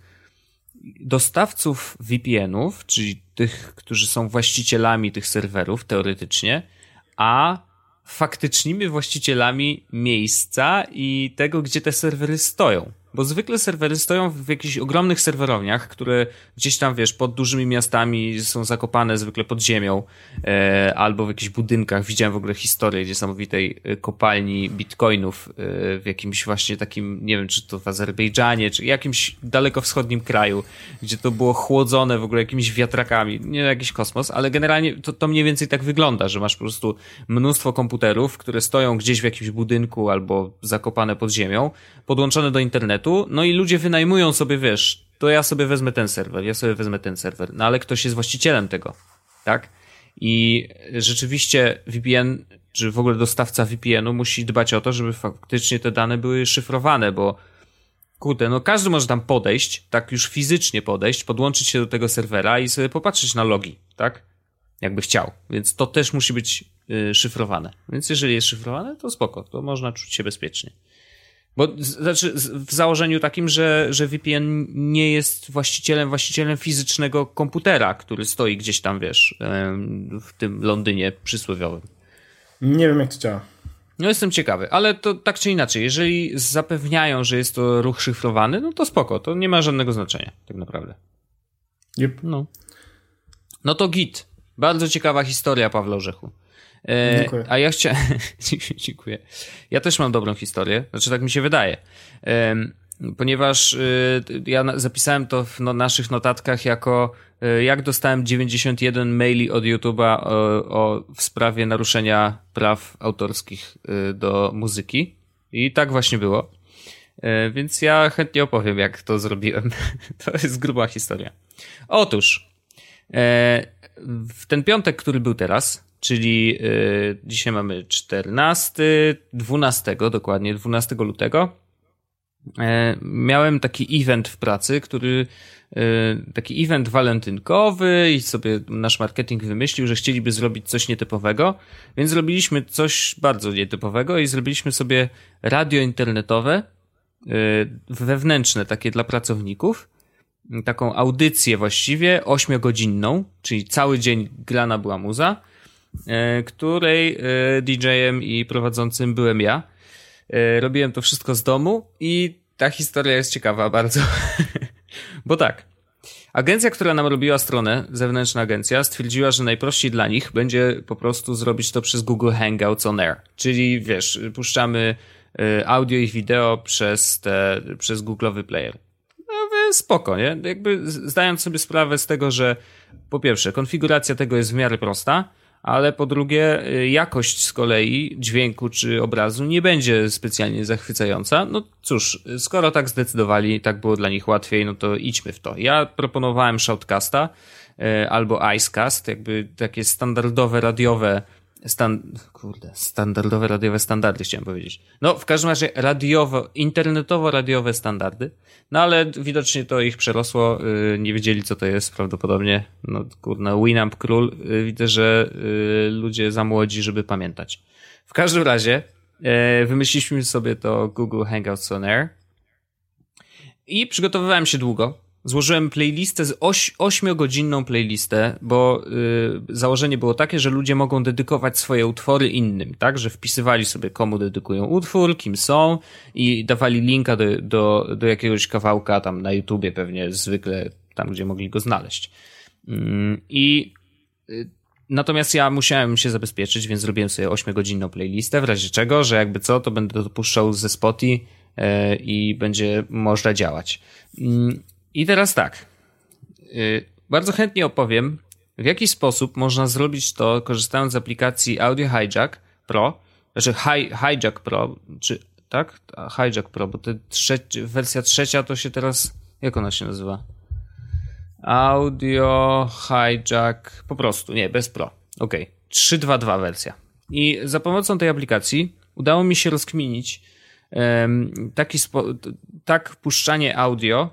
dostawców V P N-ów, czyli tych, którzy są właścicielami tych serwerów teoretycznie, a faktycznymi właścicielami miejsca i tego, gdzie te serwery stoją. Bo zwykle serwery stoją w jakichś ogromnych serwerowniach, które gdzieś tam, wiesz, pod dużymi miastami są zakopane zwykle pod ziemią, e, albo w jakichś budynkach. Widziałem w ogóle historię niesamowitej kopalni bitcoinów e, w jakimś właśnie takim, nie wiem, czy to w Azerbejdżanie, czy jakimś dalekowschodnim kraju, gdzie to było chłodzone w ogóle jakimiś wiatrakami. Nie jakiś kosmos, ale generalnie to, to mniej więcej tak wygląda, że masz po prostu mnóstwo komputerów, które stoją gdzieś w jakimś budynku albo zakopane pod ziemią, podłączone do internetu. No i ludzie wynajmują sobie, wiesz, to ja sobie wezmę ten serwer, ja sobie wezmę ten serwer, no ale ktoś jest właścicielem tego, tak? I rzeczywiście V P N, czy w ogóle dostawca V P N-u musi dbać o to, żeby faktycznie te dane były szyfrowane, bo kurde, no każdy może tam podejść, tak już fizycznie podejść, podłączyć się do tego serwera i sobie popatrzeć na logi, tak? Jakby chciał, więc to też musi być y, szyfrowane. Więc jeżeli jest szyfrowane, to spoko, to można czuć się bezpiecznie. Bo znaczy w założeniu takim, że, że V P N nie jest właścicielem właścicielem fizycznego komputera, który stoi gdzieś tam, wiesz, w tym Londynie przysłowiowym. Nie wiem, jak to działa. No jestem ciekawy, ale to tak czy inaczej, jeżeli zapewniają, że jest to ruch szyfrowany, no to spoko, to nie ma żadnego znaczenia, tak naprawdę. Yep. No. No to git. Bardzo ciekawa historia, Pawle Orzechu. E, Dziękuję. A ja chciałem... Dziękuję. Ja też mam dobrą historię, znaczy tak mi się wydaje. E, ponieważ y, ja na, zapisałem to w no, naszych notatkach jako y, jak dostałem dziewięćdziesiąt jeden maili od YouTube'a o, o, w sprawie naruszenia praw autorskich y, do muzyki. I tak właśnie było. Y, więc ja chętnie opowiem, jak to zrobiłem. To jest gruba historia. Otóż y, w ten piątek, który był teraz, czyli y, dzisiaj mamy czternastego, dwunastego dokładnie, dwunastego lutego, miałem taki event w pracy, który taki event walentynkowy i sobie nasz marketing wymyślił, że chcieliby zrobić coś nietypowego, więc zrobiliśmy coś bardzo nietypowego i zrobiliśmy sobie radio internetowe wewnętrzne, takie dla pracowników, taką audycję właściwie ośmiogodzinną, czyli cały dzień grana była muza, której D J-em i prowadzącym byłem ja. Robiłem to wszystko z domu i ta historia jest ciekawa bardzo. Bo tak, agencja, która nam robiła stronę, zewnętrzna agencja, stwierdziła, że najprościej dla nich będzie po prostu zrobić to przez Google Hangouts on Air. Czyli wiesz, puszczamy audio i wideo przez te, przez Google'owy player. No spoko, nie? Jakby zdając sobie sprawę z tego, że po pierwsze konfiguracja tego jest w miarę prosta, ale po drugie jakość z kolei dźwięku czy obrazu nie będzie specjalnie zachwycająca. No cóż, skoro tak zdecydowali, tak było dla nich łatwiej, no to idźmy w to. Ja proponowałem Shoutcasta albo Icecast, jakby takie standardowe radiowe stan... kurde, standardowe radiowe standardy chciałem powiedzieć. No w każdym razie radiowo, internetowo-radiowe standardy, no ale widocznie to ich przerosło, yy, nie wiedzieli co to jest prawdopodobnie, no kurna, Winamp Król, yy, widzę, że yy, ludzie za młodzi, żeby pamiętać. W każdym razie yy, wymyśliliśmy sobie to Google Hangouts on Air i przygotowywałem się długo. Złożyłem playlistę, z oś, ośmiogodzinną playlistę, bo yy, założenie było takie, że ludzie mogą dedykować swoje utwory innym, tak? Że wpisywali sobie, komu dedykują utwór, kim są i dawali linka do, do, do jakiegoś kawałka tam na YouTubie pewnie zwykle, tam gdzie mogli go znaleźć. Yy, I yy, natomiast ja musiałem się zabezpieczyć, więc zrobiłem sobie ośmiogodzinną playlistę, w razie czego, że jakby co, to będę to puszczał ze Spotify yy, i będzie można działać. Yy, I teraz tak, yy, bardzo chętnie opowiem, w jaki sposób można zrobić to, korzystając z aplikacji Audio Hijack Pro, znaczy Hi, Hijack Pro, czy tak? Hijack Pro, bo te trzeci, wersja trzecia to się teraz, jak ona się nazywa? Audio Hijack, po prostu, nie, bez Pro, okej, okay. trzy dwa dwa wersja. I za pomocą tej aplikacji udało mi się rozkminić yy, taki spo, tak puszczanie audio,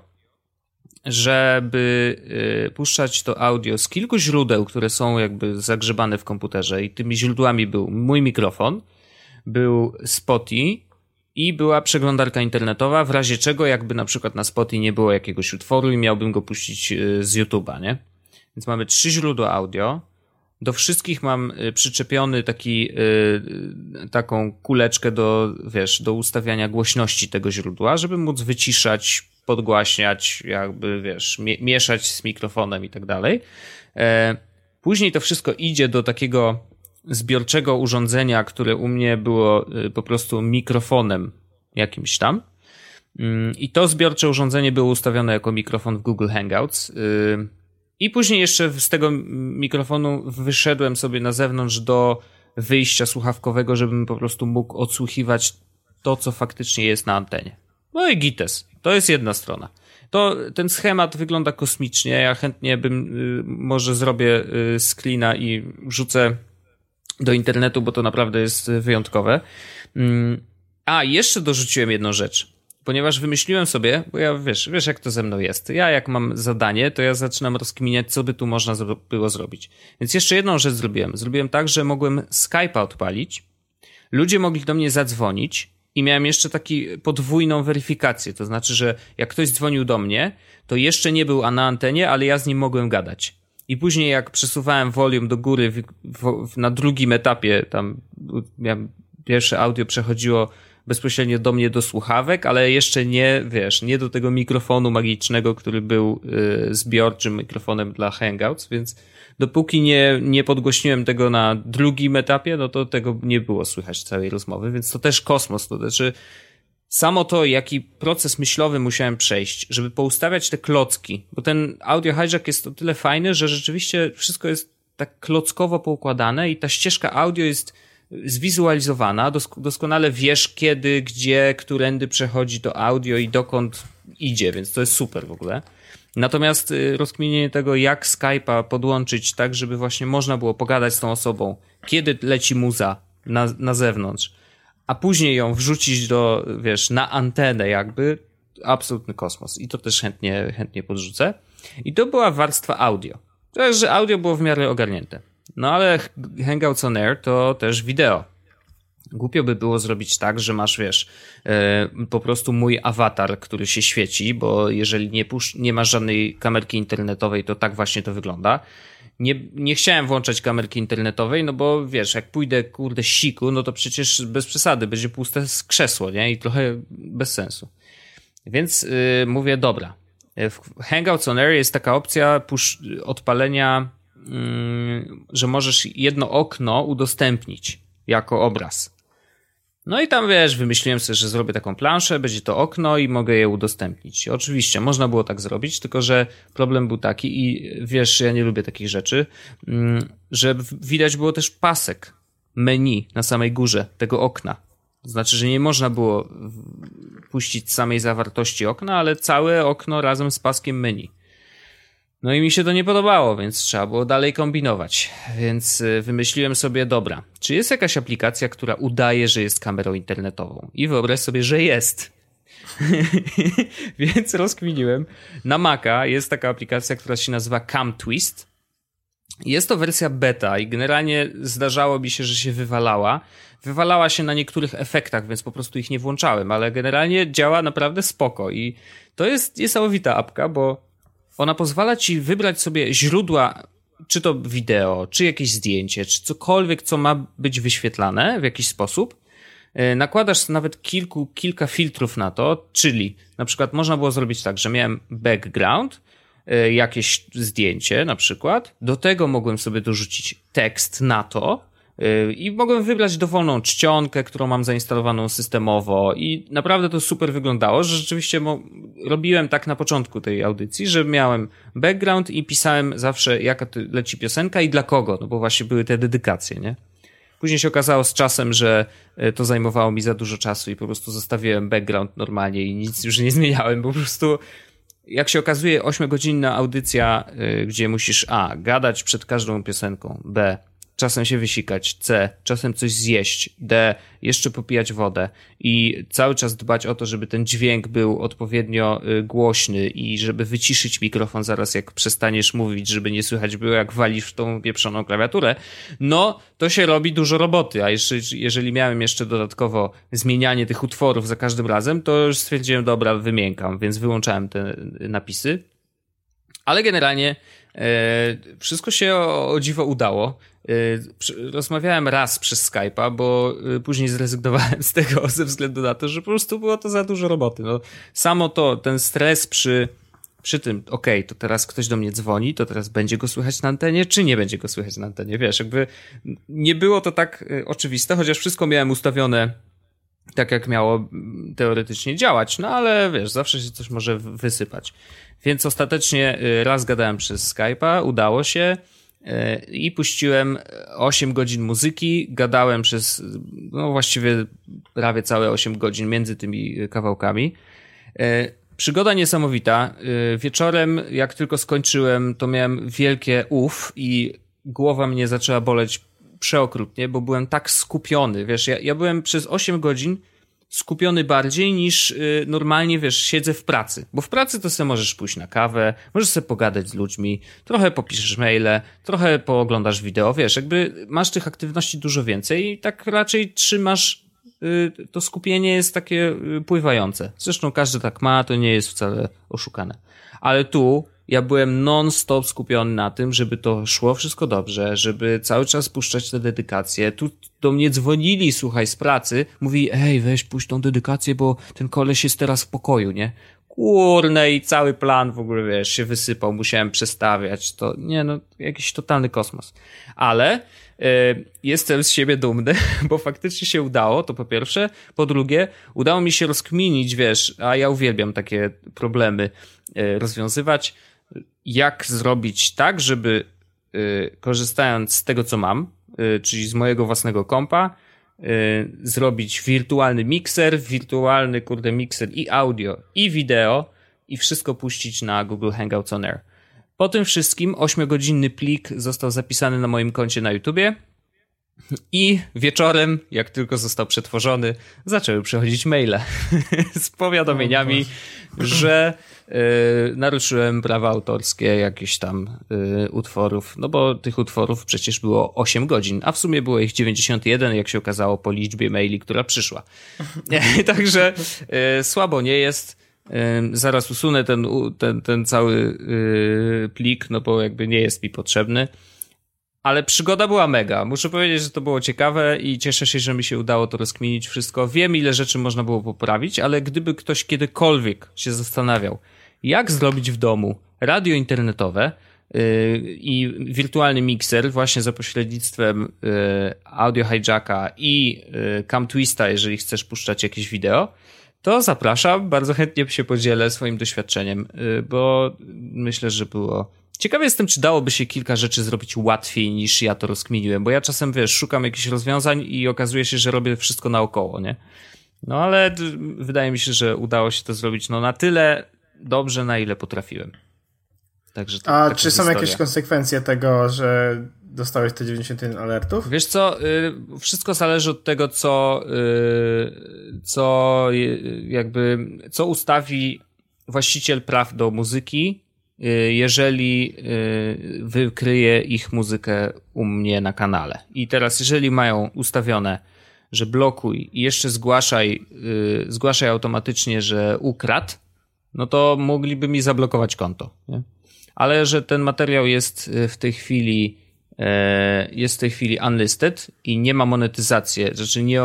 żeby y, puszczać to audio z kilku źródeł, które są jakby zagrzebane w komputerze i tymi źródłami był mój mikrofon, był Spotify i była przeglądarka internetowa, w razie czego jakby na przykład na Spotify nie było jakiegoś utworu i miałbym go puścić y, z YouTube'a, nie? Więc mamy trzy źródła audio. Do wszystkich mam y, przyczepiony taki, y, taką kuleczkę do, wiesz, do ustawiania głośności tego źródła, żeby móc wyciszać, podgłaśniać, jakby, wiesz, mieszać z mikrofonem i tak dalej. Później to wszystko idzie do takiego zbiorczego urządzenia, które u mnie było po prostu mikrofonem jakimś tam. I to zbiorcze urządzenie było ustawione jako mikrofon w Google Hangouts. I później jeszcze z tego mikrofonu wyszedłem sobie na zewnątrz do wyjścia słuchawkowego, żebym po prostu mógł odsłuchiwać to, co faktycznie jest na antenie. No i gites. To jest jedna strona. To, ten schemat wygląda kosmicznie. Ja chętnie bym, y, może zrobię y, screena i wrzucę do internetu, bo to naprawdę jest wyjątkowe. Mm. A, jeszcze dorzuciłem jedną rzecz. Ponieważ wymyśliłem sobie, bo ja wiesz, wiesz jak to ze mną jest. Ja jak mam zadanie, to ja zaczynam rozkminiać, co by tu można było zrobić. Więc jeszcze jedną rzecz zrobiłem. Zrobiłem tak, że mogłem Skype'a odpalić. Ludzie mogli do mnie zadzwonić. I miałem jeszcze taką podwójną weryfikację, to znaczy, że jak ktoś dzwonił do mnie, to jeszcze nie był na antenie, ale ja z nim mogłem gadać. I później jak przesuwałem volume do góry w, w, na drugim etapie, tam miałem, pierwsze audio przechodziło bezpośrednio do mnie do słuchawek, ale jeszcze nie, wiesz, nie do tego mikrofonu magicznego, który był y, zbiorczym mikrofonem dla Hangouts, więc dopóki nie, nie podgłośniłem tego na drugim etapie, no to tego nie było słychać całej rozmowy, więc to też kosmos, to znaczy samo to, jaki proces myślowy musiałem przejść, żeby poustawiać te klocki, bo ten audio hijack jest o tyle fajny, że rzeczywiście wszystko jest tak klockowo poukładane i ta ścieżka audio jest zwizualizowana, dosk- doskonale wiesz kiedy, gdzie, którędy przechodzi to audio i dokąd idzie, więc to jest super w ogóle. Natomiast y, rozkminienie tego, jak Skype'a podłączyć tak, żeby właśnie można było pogadać z tą osobą, kiedy leci muza na, na zewnątrz, a później ją wrzucić do, wiesz, na antenę jakby, absolutny kosmos. I to też chętnie, chętnie podrzucę. I to była warstwa audio. To jest, że audio było w miarę ogarnięte. No ale Hangouts on Air to też wideo. Głupio by było zrobić tak, że masz, wiesz, yy, po prostu mój awatar, który się świeci, bo jeżeli nie, pusz- nie masz żadnej kamerki internetowej, to tak właśnie to wygląda. Nie, nie chciałem włączać kamerki internetowej, no bo wiesz, jak pójdę, kurde, siku, no to przecież bez przesady, będzie puste krzesło, nie? I trochę bez sensu. Więc yy, mówię, dobra. W Hangouts on Air jest taka opcja pusz- odpalenia, yy, że możesz jedno okno udostępnić jako obraz. No i tam, wiesz, wymyśliłem sobie, że zrobię taką planszę, będzie to okno i mogę je udostępnić. Oczywiście, można było tak zrobić, tylko że problem był taki i wiesz, ja nie lubię takich rzeczy, że widać było też pasek menu na samej górze tego okna. To znaczy, że nie można było puścić samej zawartości okna, ale całe okno razem z paskiem menu. No i mi się to nie podobało, więc trzeba było dalej kombinować. Więc wymyśliłem sobie, dobra, czy jest jakaś aplikacja, która udaje, że jest kamerą internetową? I wyobraź sobie, że jest. Więc rozkminiłem. Na Maca jest taka aplikacja, która się nazywa CamTwist. Jest to wersja beta i generalnie zdarzało mi się, że się wywalała. Wywalała się na niektórych efektach, więc po prostu ich nie włączałem, ale generalnie działa naprawdę spoko. I to jest niesamowita apka, bo ona pozwala ci wybrać sobie źródła, czy to wideo, czy jakieś zdjęcie, czy cokolwiek, co ma być wyświetlane w jakiś sposób. Nakładasz nawet kilku, kilka filtrów na to, czyli na przykład można było zrobić tak, że miałem background, jakieś zdjęcie na przykład, do tego mogłem sobie dorzucić tekst na to i mogłem wybrać dowolną czcionkę, którą mam zainstalowaną systemowo i naprawdę to super wyglądało, że rzeczywiście mo- robiłem tak na początku tej audycji, że miałem background i pisałem zawsze jaka leci piosenka i dla kogo, no bo właśnie były te dedykacje, nie? Później się okazało z czasem, że to zajmowało mi za dużo czasu i po prostu zostawiłem background normalnie i nic już nie zmieniałem, po prostu jak się okazuje ośmiogodzinna audycja, yy, gdzie musisz a. gadać przed każdą piosenką, b. czasem się wysikać, c. czasem coś zjeść, d. jeszcze popijać wodę i cały czas dbać o to, żeby ten dźwięk był odpowiednio y, głośny i żeby wyciszyć mikrofon zaraz jak przestaniesz mówić, żeby nie słychać było jak walisz w tą pieprzoną klawiaturę, no to się robi dużo roboty, a jeszcze, jeżeli miałem jeszcze dodatkowo zmienianie tych utworów za każdym razem, to już stwierdziłem, dobra, wymiękam, więc wyłączałem te napisy, ale generalnie e, wszystko się o, o dziwo udało. Rozmawiałem raz przez Skype'a, bo później zrezygnowałem z tego ze względu na to, że po prostu było to za dużo roboty. No, samo to, ten stres przy, przy tym, okej, okay, to teraz ktoś do mnie dzwoni, to teraz będzie go słychać na antenie, czy nie będzie go słychać na antenie, wiesz, jakby nie było to tak oczywiste, chociaż wszystko miałem ustawione tak, jak miało teoretycznie działać, no ale wiesz, zawsze się coś może wysypać. Więc ostatecznie raz gadałem przez Skype'a, udało się, i puściłem osiem godzin muzyki, gadałem przez, no właściwie prawie całe osiem godzin między tymi kawałkami. Przygoda niesamowita. Wieczorem, jak tylko skończyłem, to miałem wielkie uff i głowa mnie zaczęła boleć przeokrutnie, bo byłem tak skupiony, wiesz, ja, ja byłem przez osiem godzin skupiony bardziej niż y, normalnie, wiesz, siedzę w pracy. Bo w pracy to sobie możesz pójść na kawę, możesz sobie pogadać z ludźmi, trochę popiszesz maile, trochę pooglądasz wideo, wiesz, jakby masz tych aktywności dużo więcej i tak raczej trzymasz, y, to skupienie jest takie y, pływające. Zresztą każdy tak ma, to nie jest wcale oszukane. Ale tu ja byłem non-stop skupiony na tym, żeby to szło wszystko dobrze, żeby cały czas puszczać te dedykacje. Tu do mnie dzwonili, słuchaj, z pracy, mówi, ej, weź puść tą dedykację, bo ten koleś jest teraz w pokoju, nie? Kurne, i cały plan w ogóle, wiesz, się wysypał, musiałem przestawiać, to, nie no, jakiś totalny kosmos. Ale y, jestem z siebie dumny, bo faktycznie się udało, to po pierwsze. Po drugie, udało mi się rozkminić, wiesz, a ja uwielbiam takie problemy y, rozwiązywać, jak zrobić tak, żeby y, korzystając z tego, co mam, y, czyli z mojego własnego kompa, y, zrobić wirtualny mikser, wirtualny, kurde, mikser i audio, i wideo, i wszystko puścić na Google Hangouts on Air. Po tym wszystkim ośmiogodzinny plik został zapisany na moim koncie na YouTubie i wieczorem, jak tylko został przetworzony, zaczęły przychodzić maile z powiadomieniami, że y, naruszyłem prawa autorskie jakichś tam y, utworów, no bo tych utworów przecież było osiem godzin, a w sumie było ich dziewięćdziesiąt jeden, jak się okazało po liczbie maili, która przyszła. Także y, słabo nie jest. Zaraz usunę ten, ten, ten cały yy, plik, no bo jakby nie jest mi potrzebny. Ale przygoda była mega. Muszę powiedzieć, że to było ciekawe i cieszę się, że mi się udało to rozkminić wszystko. Wiem, ile rzeczy można było poprawić, ale gdyby ktoś kiedykolwiek się zastanawiał, jak zrobić w domu radio internetowe yy, i wirtualny mikser właśnie za pośrednictwem yy, audio hijacka i yy, Cam Twista, jeżeli chcesz puszczać jakieś wideo, to zapraszam, bardzo chętnie się podzielę swoim doświadczeniem, bo myślę, że było... Ciekawy jestem, czy dałoby się kilka rzeczy zrobić łatwiej niż ja to rozkminiłem, bo ja czasem, wiesz, szukam jakichś rozwiązań i okazuje się, że robię wszystko naokoło, nie? No ale wydaje mi się, że udało się to zrobić no na tyle dobrze, na ile potrafiłem. Także to, A czy są historia. jakieś konsekwencje tego, że dostałeś te dziewięćdziesiąt jeden alertów? Wiesz co, y, wszystko zależy od tego, co, y, co y, jakby, co ustawi właściciel praw do muzyki, y, jeżeli y, wykryje ich muzykę u mnie na kanale. I teraz, jeżeli mają ustawione, że blokuj i jeszcze zgłaszaj, y, zgłaszaj automatycznie, że ukradł, no to mogliby mi zablokować konto, nie? Ale że ten materiał jest w tej chwili jest w tej chwili unlisted i nie ma monetyzacji, znaczy nie...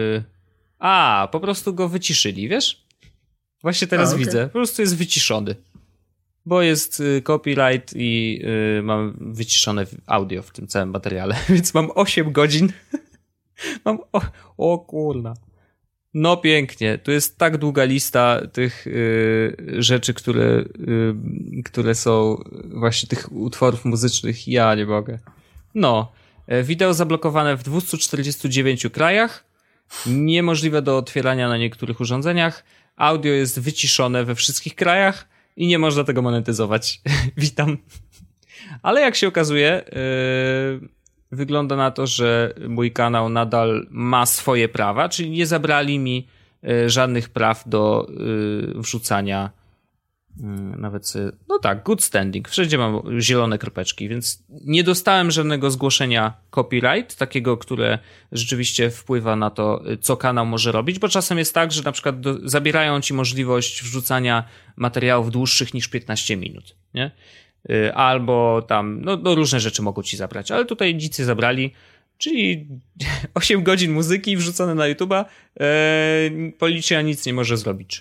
A, po prostu go wyciszyli, wiesz? Właśnie teraz A, okay. widzę, po prostu jest wyciszony. Bo jest copyright i mam wyciszone audio w tym całym materiale, więc mam osiem godzin. mam... O, o kurna. No pięknie, tu jest tak długa lista tych y, rzeczy, które, y, które są właśnie tych utworów muzycznych, ja nie mogę. No, wideo zablokowane w dwieście czterdzieści dziewięć krajach, niemożliwe do otwierania na niektórych urządzeniach, audio jest wyciszone we wszystkich krajach i nie można tego monetyzować. Witam. Ale jak się okazuje... Y, Wygląda na to, że mój kanał nadal ma swoje prawa, czyli nie zabrali mi y, żadnych praw do y, wrzucania y, nawet sobie, no tak, good standing, wszędzie mam zielone kropeczki, więc nie dostałem żadnego zgłoszenia copyright, takiego, które rzeczywiście wpływa na to, co kanał może robić, bo czasem jest tak, że na przykład do, zabierają ci możliwość wrzucania materiałów dłuższych niż piętnaście minut, nie? Albo tam, no, no różne rzeczy mogą ci zabrać, ale tutaj nic nie zabrali, czyli osiem godzin muzyki wrzucone na YouTube'a, e, policja nic nie może zrobić.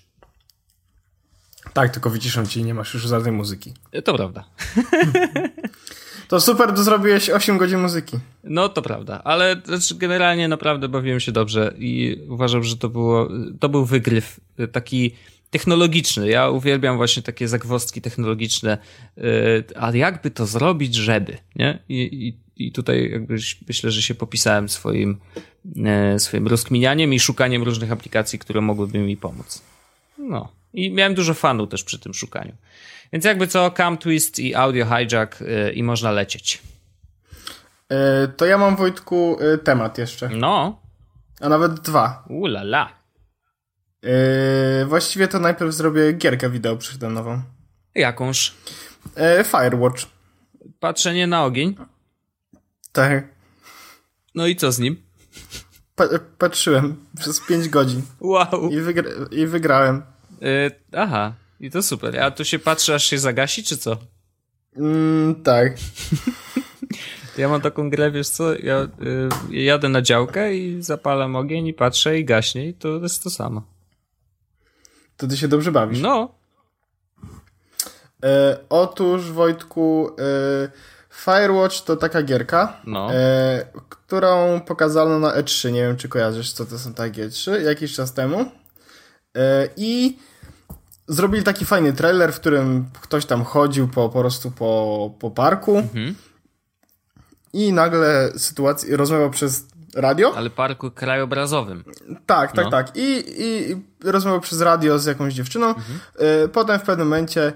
Tak, tylko wyciszą ci i nie masz już żadnej muzyki. To prawda. To super, to zrobiłeś osiem godzin muzyki. No to prawda, ale znaczy, generalnie naprawdę bawiłem się dobrze i uważam, że to było, to był wygryw taki technologiczny. Ja uwielbiam właśnie takie zagwozdki technologiczne, a jakby to zrobić, żeby, nie? I, i, i tutaj jakby myślę, że się popisałem swoim, swoim rozkminianiem i szukaniem różnych aplikacji, które mogłyby mi pomóc. No. I miałem dużo fanu też przy tym szukaniu. Więc jakby co, Cam Twist i Audio Hijack i można lecieć. To ja mam, Wojtku, temat jeszcze. No. A nawet dwa. Ulala. Yy, właściwie to najpierw zrobię gierkę wideo, przyszedłem nową. Jakąż? Yy, Firewatch. Patrzenie na ogień? Tak. No i co z nim? Pa- patrzyłem przez pięć godzin. Wow. I, wygra- i wygrałem. Yy, aha. I to super. A tu się patrzy, aż się zagasi, czy co? Mm, tak. Ja mam taką grę, wiesz co, ja y, jadę na działkę i zapalam ogień i patrzę i gaśnie i to jest to samo. To ty się dobrze bawisz. No. E, otóż, Wojtku, e, Firewatch to taka gierka, no. e, którą pokazano na E trzy. Nie wiem, czy kojarzysz, co to są takie E trzy, jakiś czas temu. E, I zrobili taki fajny trailer, w którym ktoś tam chodził po, po prostu po, po parku mhm. i nagle sytuacja, rozmawiał przez radio. Ale parku krajobrazowym. Tak, tak, no. tak. I, i rozmawiał przez radio z jakąś dziewczyną. Mhm. E, potem w pewnym momencie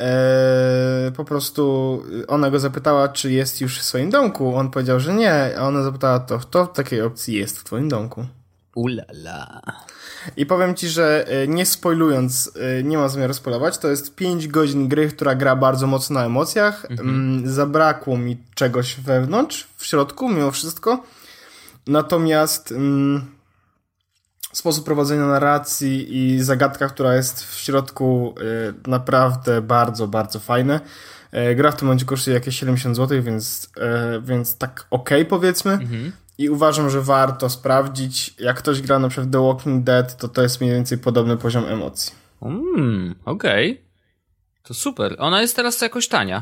e, po prostu ona go zapytała, czy jest już w swoim domku. On powiedział, że nie. A ona zapytała, to kto w takiej opcji jest w twoim domku? Ulala. I powiem ci, że nie spoilując, nie mam zamiaru spoilować, to jest pięć godzin gry, która gra bardzo mocno na emocjach. Mhm. Zabrakło mi czegoś wewnątrz, w środku, mimo wszystko. Natomiast mm, sposób prowadzenia narracji i zagadka, która jest w środku, y, naprawdę bardzo, bardzo fajne. Y, gra w tym momencie kosztuje jakieś siedemdziesiąt złotych, więc, y, więc tak okej, okay, powiedzmy. Mhm. I uważam, że warto sprawdzić. Jak ktoś gra na przykład The Walking Dead, to to jest mniej więcej podobny poziom emocji. Mm, okej. Okay. To super. Ona jest teraz jakoś tania.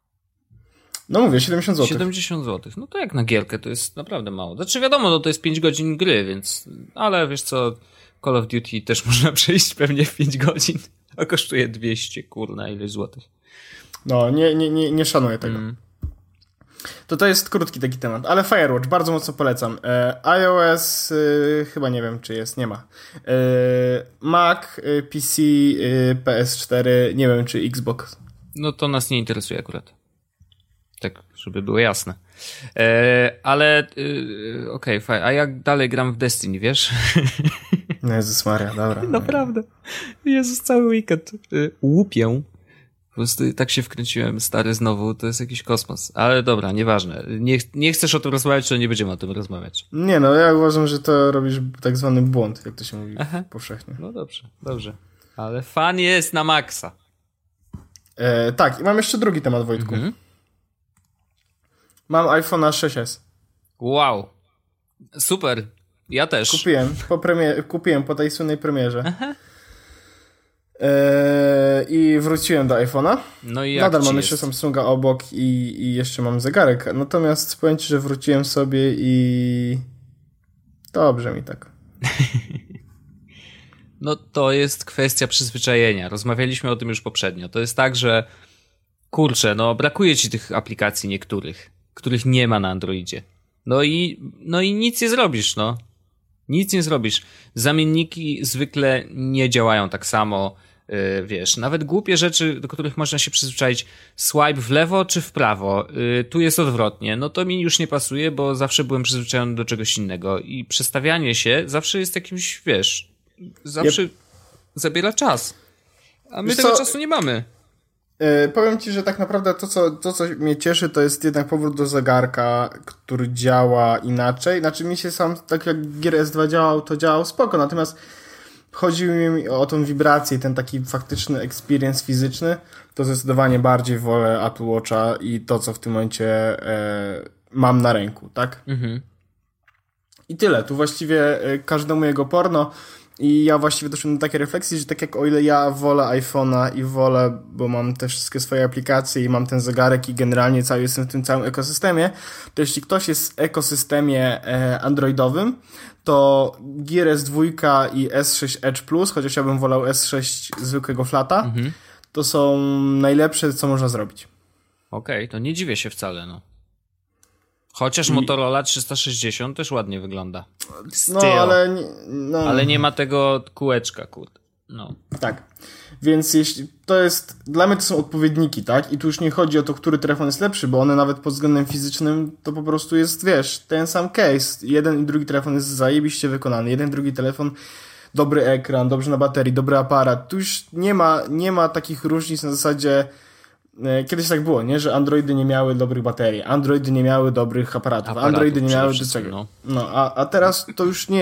No mówię, siedemdziesiąt złotych. siedemdziesiąt złotych. No to jak na gierkę, to jest naprawdę mało. Znaczy wiadomo, no to jest pięć godzin gry, więc... Ale wiesz co, Call of Duty też można przejść pewnie w pięć godzin. A kosztuje dwieście, kurna, ileś złotych. No, nie, nie, nie, nie szanuję tego. Mm. To to jest krótki taki temat, ale Firewatch bardzo mocno polecam. E, iOS e, chyba nie wiem, czy jest, nie ma. E, Mac, e, P C, e, P S cztery, nie wiem, czy Xbox. No to nas nie interesuje akurat. Tak, żeby było jasne. E, ale e, okej, okay, fajnie. A jak dalej gram w Destiny, wiesz? No Jezus Maria, dobra. Naprawdę. Jezus, cały weekend e, łupię. Po prostu tak się wkręciłem, stary, znowu, to jest jakiś kosmos. Ale dobra, nieważne. Nie, nie chcesz o tym rozmawiać, to nie będziemy o tym rozmawiać. Nie no, ja uważam, że to robisz tak zwany błąd, jak to się mówi Aha. powszechnie. No dobrze, dobrze. Ale fan jest na maksa. E, tak, i mam jeszcze drugi temat, Wojtku. Mhm. Mam iPhone'a sześć S. Wow. Super. Ja też. Kupiłem po, premier- kupiłem po tej słynnej premierze. Aha. Eee, I wróciłem do iPhone'a. No i jak Nadal mam jest? jeszcze Samsunga obok i, i jeszcze mam zegarek. Natomiast powiem ci, że wróciłem sobie i dobrze mi tak. No to jest kwestia przyzwyczajenia. Rozmawialiśmy o tym już poprzednio. To jest tak, że kurczę, no brakuje ci tych aplikacji niektórych, których nie ma na Androidzie. No i, no i nic nie zrobisz, no. Nic nie zrobisz. Zamienniki zwykle nie działają tak samo. Yy, wiesz, nawet głupie rzeczy, do których można się przyzwyczaić, swipe w lewo czy w prawo, yy, tu jest odwrotnie, no to mi już nie pasuje, bo zawsze byłem przyzwyczajony do czegoś innego i przestawianie się zawsze jest jakimś, wiesz, zawsze yep. zabiera czas, a my wiesz tego co? czasu nie mamy. Yy, powiem ci, że tak naprawdę to co, to, co mnie cieszy, to jest jednak powrót do zegarka, który działa inaczej. Znaczy mi się sam, tak jak Gear S dwa działał, to działał spoko, natomiast chodzi mi o tą wibrację, ten taki faktyczny experience fizyczny, to zdecydowanie bardziej wolę Apple Watcha i to, co w tym momencie e, mam na ręku, tak? Mhm. I tyle. Tu właściwie e, każdemu jego porno i ja właściwie doszłem do takiej refleksji, że tak jak o ile ja wolę iPhone'a i wolę, bo mam te wszystkie swoje aplikacje i mam ten zegarek i generalnie cały jestem w tym całym ekosystemie, to jeśli ktoś jest w ekosystemie e, androidowym, to Gear S dwa i S sześć Edge Plus, chociaż ja bym wolał S sześć zwykłego flata, mhm. to są najlepsze, co można zrobić. Okej, okay, to nie dziwię się wcale, no. Chociaż I... Motorola trzysta sześćdziesiąt też ładnie wygląda. Still. No, ale... Nie, no. Ale nie ma tego kółeczka, kurde. No. Tak. Więc jeśli to jest, dla mnie to są odpowiedniki, tak? I tu już nie chodzi o to, który telefon jest lepszy, bo one nawet pod względem fizycznym to po prostu jest, wiesz, ten sam case. Jeden i drugi telefon jest zajebiście wykonany. Jeden i drugi telefon, dobry ekran, dobrze na baterii, dobry aparat. Tu już nie ma, nie ma takich różnic na zasadzie, e, kiedyś tak było, nie? Że Androidy nie miały dobrych baterii, Androidy nie miały dobrych aparatów, Aparatu, Androidy nie miały do czego. No, no a, a teraz to już nie jest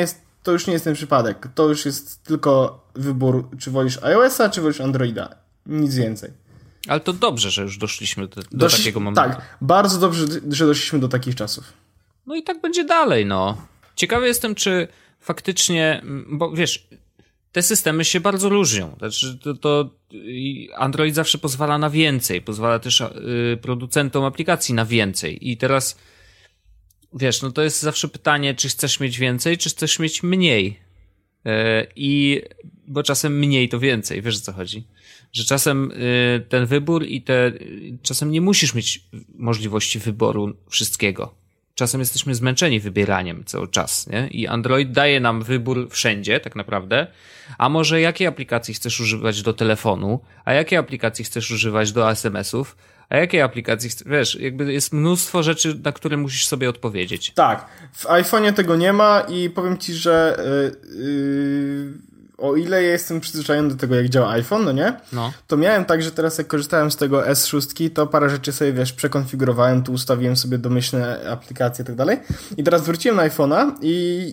to już nie jest ten przypadek. To już jest tylko wybór, czy wolisz iOS-a, czy wolisz Androida. Nic więcej. Ale to dobrze, że już doszliśmy do, do Doszli, takiego momentu. Tak, bardzo dobrze, że doszliśmy do takich czasów. No i tak będzie dalej, no. Ciekawy jestem, czy faktycznie, bo wiesz, te systemy się bardzo różnią. Znaczy, to, to Android zawsze pozwala na więcej, pozwala też y, producentom aplikacji na więcej. I teraz, wiesz, no to jest zawsze pytanie, czy chcesz mieć więcej, czy chcesz mieć mniej. Y, I bo czasem mniej to więcej, wiesz o co chodzi? Że czasem y, ten wybór i te, czasem nie musisz mieć możliwości wyboru wszystkiego. Czasem jesteśmy zmęczeni wybieraniem cały czas, nie? I Android daje nam wybór wszędzie, tak naprawdę. A może jakiej aplikacji chcesz używać do telefonu, a jakiej aplikacji chcesz używać do es em esów, a jakiej aplikacji chcesz, wiesz, jakby jest mnóstwo rzeczy, na które musisz sobie odpowiedzieć. Tak, w iPhone'ie tego nie ma i powiem ci, że yy, yy, o ile ja jestem przyzwyczajony do tego, jak działa iPhone, no nie? No. To miałem tak, że teraz jak korzystałem z tego es sześć, to parę rzeczy sobie, wiesz, przekonfigurowałem, tu ustawiłem sobie domyślne aplikacje i tak dalej. I teraz wróciłem na iPhone'a i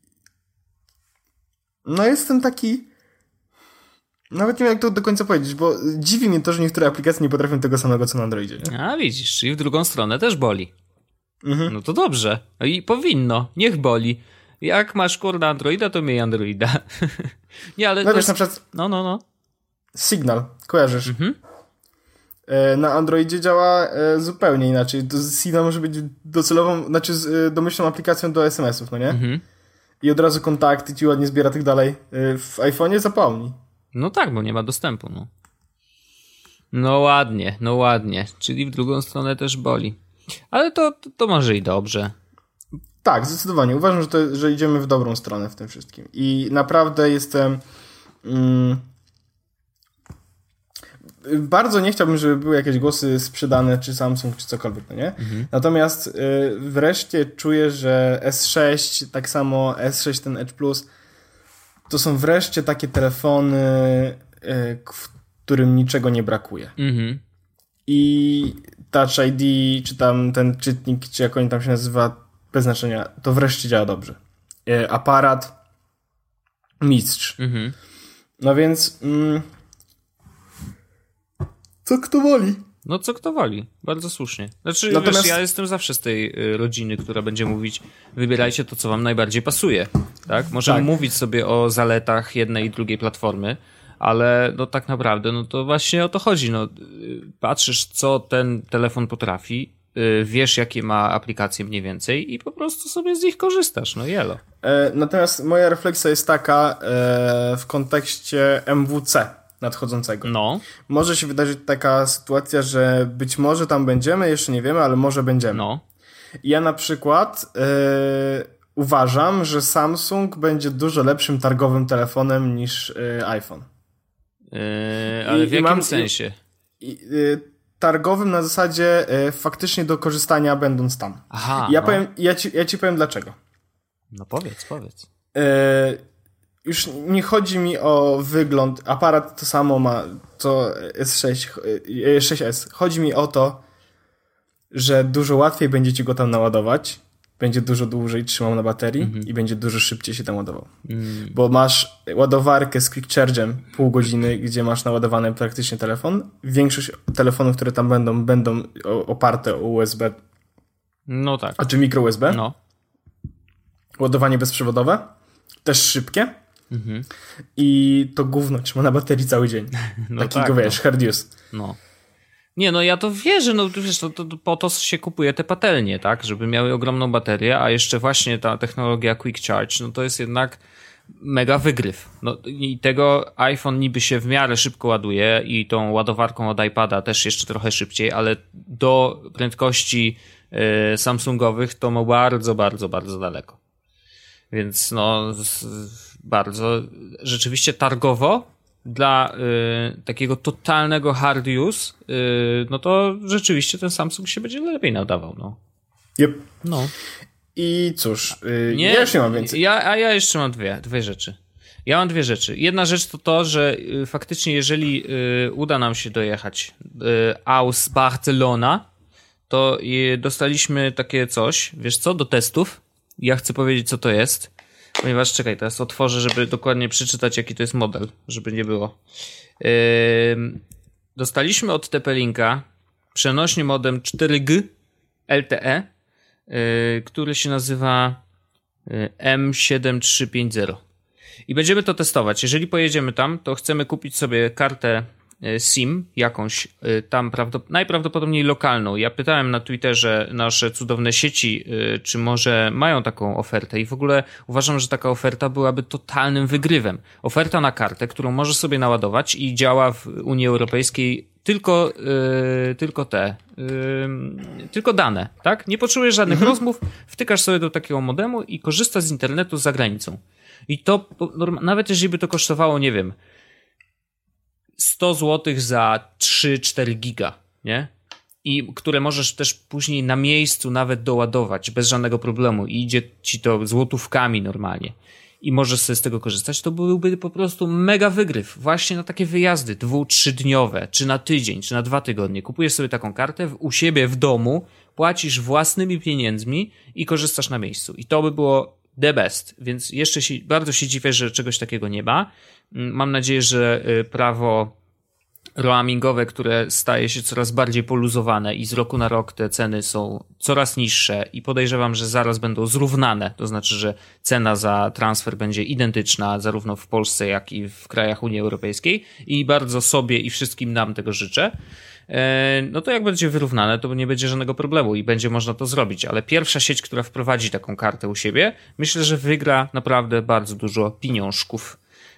no jestem taki... Nawet nie wiem, jak to do końca powiedzieć, bo dziwi mnie to, że niektóre aplikacje nie potrafią tego samego, co na Androidzie, nie? A widzisz, czyli w drugą stronę też boli. Mhm. No to dobrze. I powinno. Niech boli. Jak masz kurna Androida, to miej Androida. Nie, ale no wiesz, jest... na przykład No, no, no. Signal, kojarzysz? Mhm. Na Androidzie działa zupełnie inaczej. Signal może być docelową, znaczy domyślną aplikacją do es em esów, no nie? Mhm. I od razu kontakty ci ładnie zbiera tak dalej. W iPhone'ie zapomnij. No tak, bo nie ma dostępu, no. No ładnie, no ładnie. Czyli w drugą stronę też boli. Ale to, to, to może i dobrze. Tak, zdecydowanie. Uważam, że, to, że idziemy w dobrą stronę w tym wszystkim. I naprawdę jestem... Mm, bardzo nie chciałbym, żeby były jakieś głosy sprzedane, czy Samsung, czy cokolwiek, no nie? Mhm. Natomiast y, wreszcie czuję, że es sześć, tak samo es sześć, ten Edge Plus, to są wreszcie takie telefony, y, w którym niczego nie brakuje. Mhm. I Touch I D, czy tam ten czytnik, czy jak on tam się nazywa, bez znaczenia, to wreszcie działa dobrze. Y, aparat, mistrz. Mhm. No więc... Mm, co kto woli. No co kto woli, bardzo słusznie. Znaczy, Natomiast... wiesz, ja jestem zawsze z tej y, rodziny, która będzie mówić, wybierajcie to, co wam najbardziej pasuje. Tak? Możemy tak. mówić sobie o zaletach jednej i drugiej platformy, ale no tak naprawdę, no to właśnie o to chodzi. No, y, patrzysz, co ten telefon potrafi, y, wiesz, jakie ma aplikacje mniej więcej i po prostu sobie z nich korzystasz, no jelo. E, natomiast moja refleksja jest taka e, w kontekście em w ce nadchodzącego. No. Może się wydarzyć taka sytuacja, że być może tam będziemy, jeszcze nie wiemy, ale może będziemy. No. Ja na przykład yy, uważam, że Samsung będzie dużo lepszym targowym telefonem niż yy, iPhone. Yy, ale I, w jakim mam, sensie? I, yy, targowym na zasadzie yy, faktycznie do korzystania będąc tam. Aha. Ja, no. powiem, ja, ci, ja ci powiem dlaczego. No powiedz, powiedz. Yy, Już nie chodzi mi o wygląd. Aparat to samo ma co es sześć, sześć es. Chodzi mi o to, że dużo łatwiej będzie ci go tam naładować, będzie dużo dłużej trzymał na baterii mm-hmm. i będzie dużo szybciej się tam ładował. Mm. Bo masz ładowarkę z Quick Charge'em pół godziny, gdzie masz naładowany praktycznie telefon. Większość telefonów, które tam będą, będą oparte o U S B. No tak. A czy mikro U S B? No. Ładowanie bezprzewodowe. Też szybkie. Mhm. I to gówno trzyma na baterii cały dzień. No Takiego, tak, wiesz, no. hard use. No. Nie, no ja to wierzę, no wiesz, to, to, po to się kupuje te patelnie, tak, żeby miały ogromną baterię, a jeszcze właśnie ta technologia Quick Charge, no to jest jednak mega wygryw. No i tego iPhone niby się w miarę szybko ładuje i tą ładowarką od iPada też jeszcze trochę szybciej, ale do prędkości y, Samsungowych to ma bardzo, bardzo, bardzo daleko. Więc no z, bardzo rzeczywiście targowo dla y, takiego totalnego hard use, y, no to rzeczywiście ten Samsung się będzie lepiej nadawał. No. Yep. No. I cóż, yy, Nie, ja już nie mam więcej. Ja, a ja jeszcze mam dwie, dwie rzeczy. Ja mam dwie rzeczy. Jedna rzecz to to, że y, faktycznie jeżeli y, uda nam się dojechać y, aus Barcelona, to y, dostaliśmy takie coś, wiesz co, do testów. Ja chcę powiedzieć, co to jest. Ponieważ, czekaj, teraz otworzę, żeby dokładnie przeczytać, jaki to jest model, żeby nie było. Yy, dostaliśmy od T P-Linka przenośny modem cztery G L T E, yy, który się nazywa M siedem trzy pięć zero. I będziemy to testować. Jeżeli pojedziemy tam, to chcemy kupić sobie kartę SIM jakąś tam prawdop- najprawdopodobniej lokalną. Ja pytałem na Twitterze nasze cudowne sieci, czy może mają taką ofertę i w ogóle uważam, że taka oferta byłaby totalnym wygrywem. Oferta na kartę, którą możesz sobie naładować i działa w Unii Europejskiej tylko, yy, tylko te, yy, tylko dane, tak? Nie potrzebujesz żadnych mhm. rozmów, wtykasz sobie do takiego modemu i korzystasz z internetu za granicą. I to, nawet jeżeli by to kosztowało, nie wiem, sto złotych za trzy cztery giga, nie? I które możesz też później na miejscu nawet doładować bez żadnego problemu i idzie ci to złotówkami normalnie i możesz sobie z tego korzystać, to byłby po prostu mega wygryw właśnie na takie wyjazdy dwu, trzydniowe, czy na tydzień, czy na dwa tygodnie. Kupujesz sobie taką kartę u siebie w domu, płacisz własnymi pieniędzmi i korzystasz na miejscu. I to by było the best, więc jeszcze się, bardzo się dziwię, że czegoś takiego nie ma. Mam nadzieję, że prawo roamingowe, które staje się coraz bardziej poluzowane i z roku na rok te ceny są coraz niższe i podejrzewam, że zaraz będą zrównane, to znaczy, że cena za transfer będzie identyczna zarówno w Polsce, jak i w krajach Unii Europejskiej i bardzo sobie i wszystkim nam tego życzę. No to jak będzie wyrównane, to nie będzie żadnego problemu i będzie można to zrobić, ale pierwsza sieć, która wprowadzi taką kartę u siebie, myślę, że wygra naprawdę bardzo dużo pieniążków,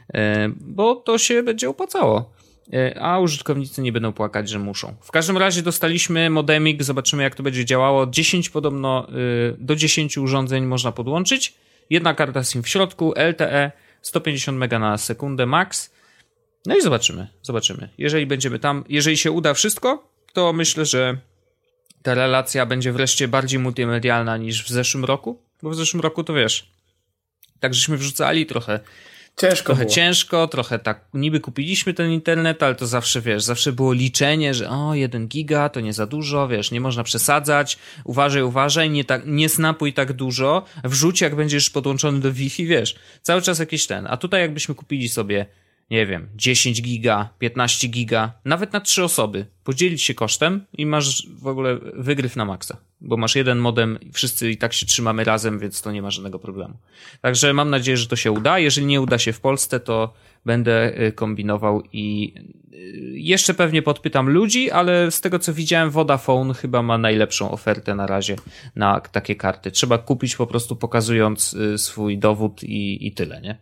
bo to się będzie opłacało, a użytkownicy nie będą płakać, że muszą. W każdym razie dostaliśmy modemik, zobaczymy jak to będzie działało. dziesięć podobno, do dziesięciu urządzeń można podłączyć, jedna karta SIM w środku, L T E, sto pięćdziesiąt mega na sekundę max. No i zobaczymy, zobaczymy. Jeżeli będziemy tam, jeżeli się uda wszystko, to myślę, że ta relacja będzie wreszcie bardziej multimedialna niż w zeszłym roku, bo w zeszłym roku to wiesz, tak żeśmy wrzucali trochę ciężko trochę było. ciężko, trochę tak, niby kupiliśmy ten internet, ale to zawsze, wiesz, zawsze było liczenie, że o, jeden giga to nie za dużo, wiesz, nie można przesadzać, uważaj, uważaj, nie, tak, nie snapuj tak dużo, wrzuć jak będziesz podłączony do Wi-Fi, wiesz, cały czas jakiś ten, a tutaj jakbyśmy kupili sobie, nie wiem, dziesięć giga, piętnaście giga, nawet na trzy osoby, podzielić się kosztem i masz w ogóle wygryw na maksa, bo masz jeden modem i wszyscy i tak się trzymamy razem, więc to nie ma żadnego problemu. Także mam nadzieję, że to się uda. Jeżeli nie uda się w Polsce, to będę kombinował i jeszcze pewnie podpytam ludzi, ale z tego co widziałem, Vodafone chyba ma najlepszą ofertę na razie na takie karty. Trzeba kupić po prostu pokazując swój dowód i, i tyle, nie?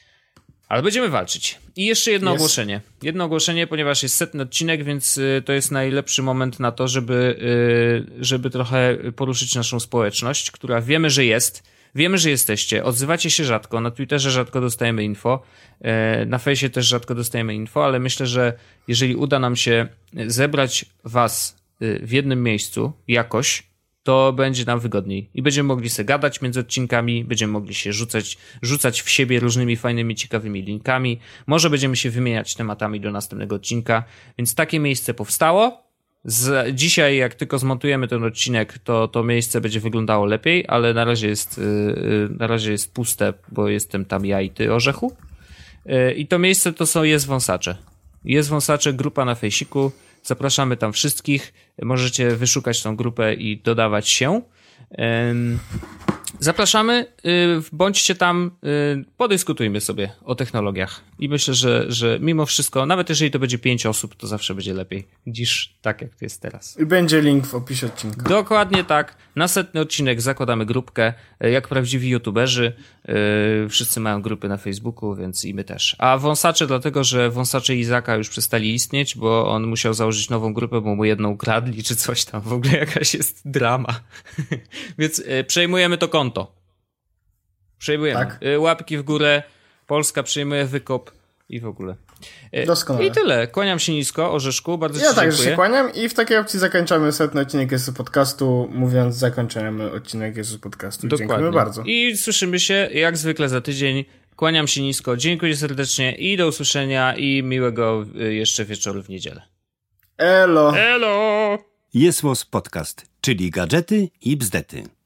Ale będziemy walczyć. I jeszcze jedno jest. ogłoszenie. Jedno ogłoszenie, ponieważ jest setny odcinek, więc to jest najlepszy moment na to, żeby, żeby trochę poruszyć naszą społeczność, która wiemy, że jest. Wiemy, że jesteście. Odzywacie się rzadko. Na Twitterze rzadko dostajemy info. Na fejsie też rzadko dostajemy info, ale myślę, że jeżeli uda nam się zebrać was w jednym miejscu jakoś, to będzie nam wygodniej i będziemy mogli sobie gadać między odcinkami, będziemy mogli się rzucać, rzucać w siebie różnymi fajnymi, ciekawymi linkami, może będziemy się wymieniać tematami do następnego odcinka, więc takie miejsce powstało. Z, dzisiaj jak tylko zmontujemy ten odcinek, to to miejsce będzie wyglądało lepiej, ale na razie jest, yy, na razie jest puste, bo jestem tam ja i ty, Orzechu. Yy, I to miejsce to są Jest Wąsacze. Jest Wąsacze, grupa na fejsiku. Zapraszamy tam wszystkich. Możecie wyszukać tą grupę i dodawać się. Zapraszamy, bądźcie tam, podyskutujmy sobie o technologiach. I myślę, że, że mimo wszystko, nawet jeżeli to będzie pięć osób, to zawsze będzie lepiej niż tak, jak to jest teraz. I będzie link w opisie odcinka. Dokładnie tak. Na setny odcinek zakładamy grupkę, jak prawdziwi youtuberzy. Wszyscy mają grupy na Facebooku, więc i my też. A wąsacze dlatego, że wąsacze Izaka już przestali istnieć, bo on musiał założyć nową grupę, bo mu jedną ukradli, czy coś tam. W ogóle jakaś jest drama. Więc przejmujemy to konto. Przejmujemy. Tak. Łapki w górę. Polska przejmuje wykop i w ogóle. Doskonale. I tyle. Kłaniam się nisko, Orzeszku. Bardzo ja ci także dziękuję. się kłaniam i w takiej opcji zakończamy setny odcinek Jest Podcastu, mówiąc zakończamy odcinek Jest Podcastu. Dokładnie. Dziękujemy bardzo. I słyszymy się jak zwykle za tydzień. Kłaniam się nisko. Dziękuję serdecznie i do usłyszenia i miłego jeszcze wieczoru w niedzielę. Elo. Elo. Jest Podcast, czyli gadżety i bzdety.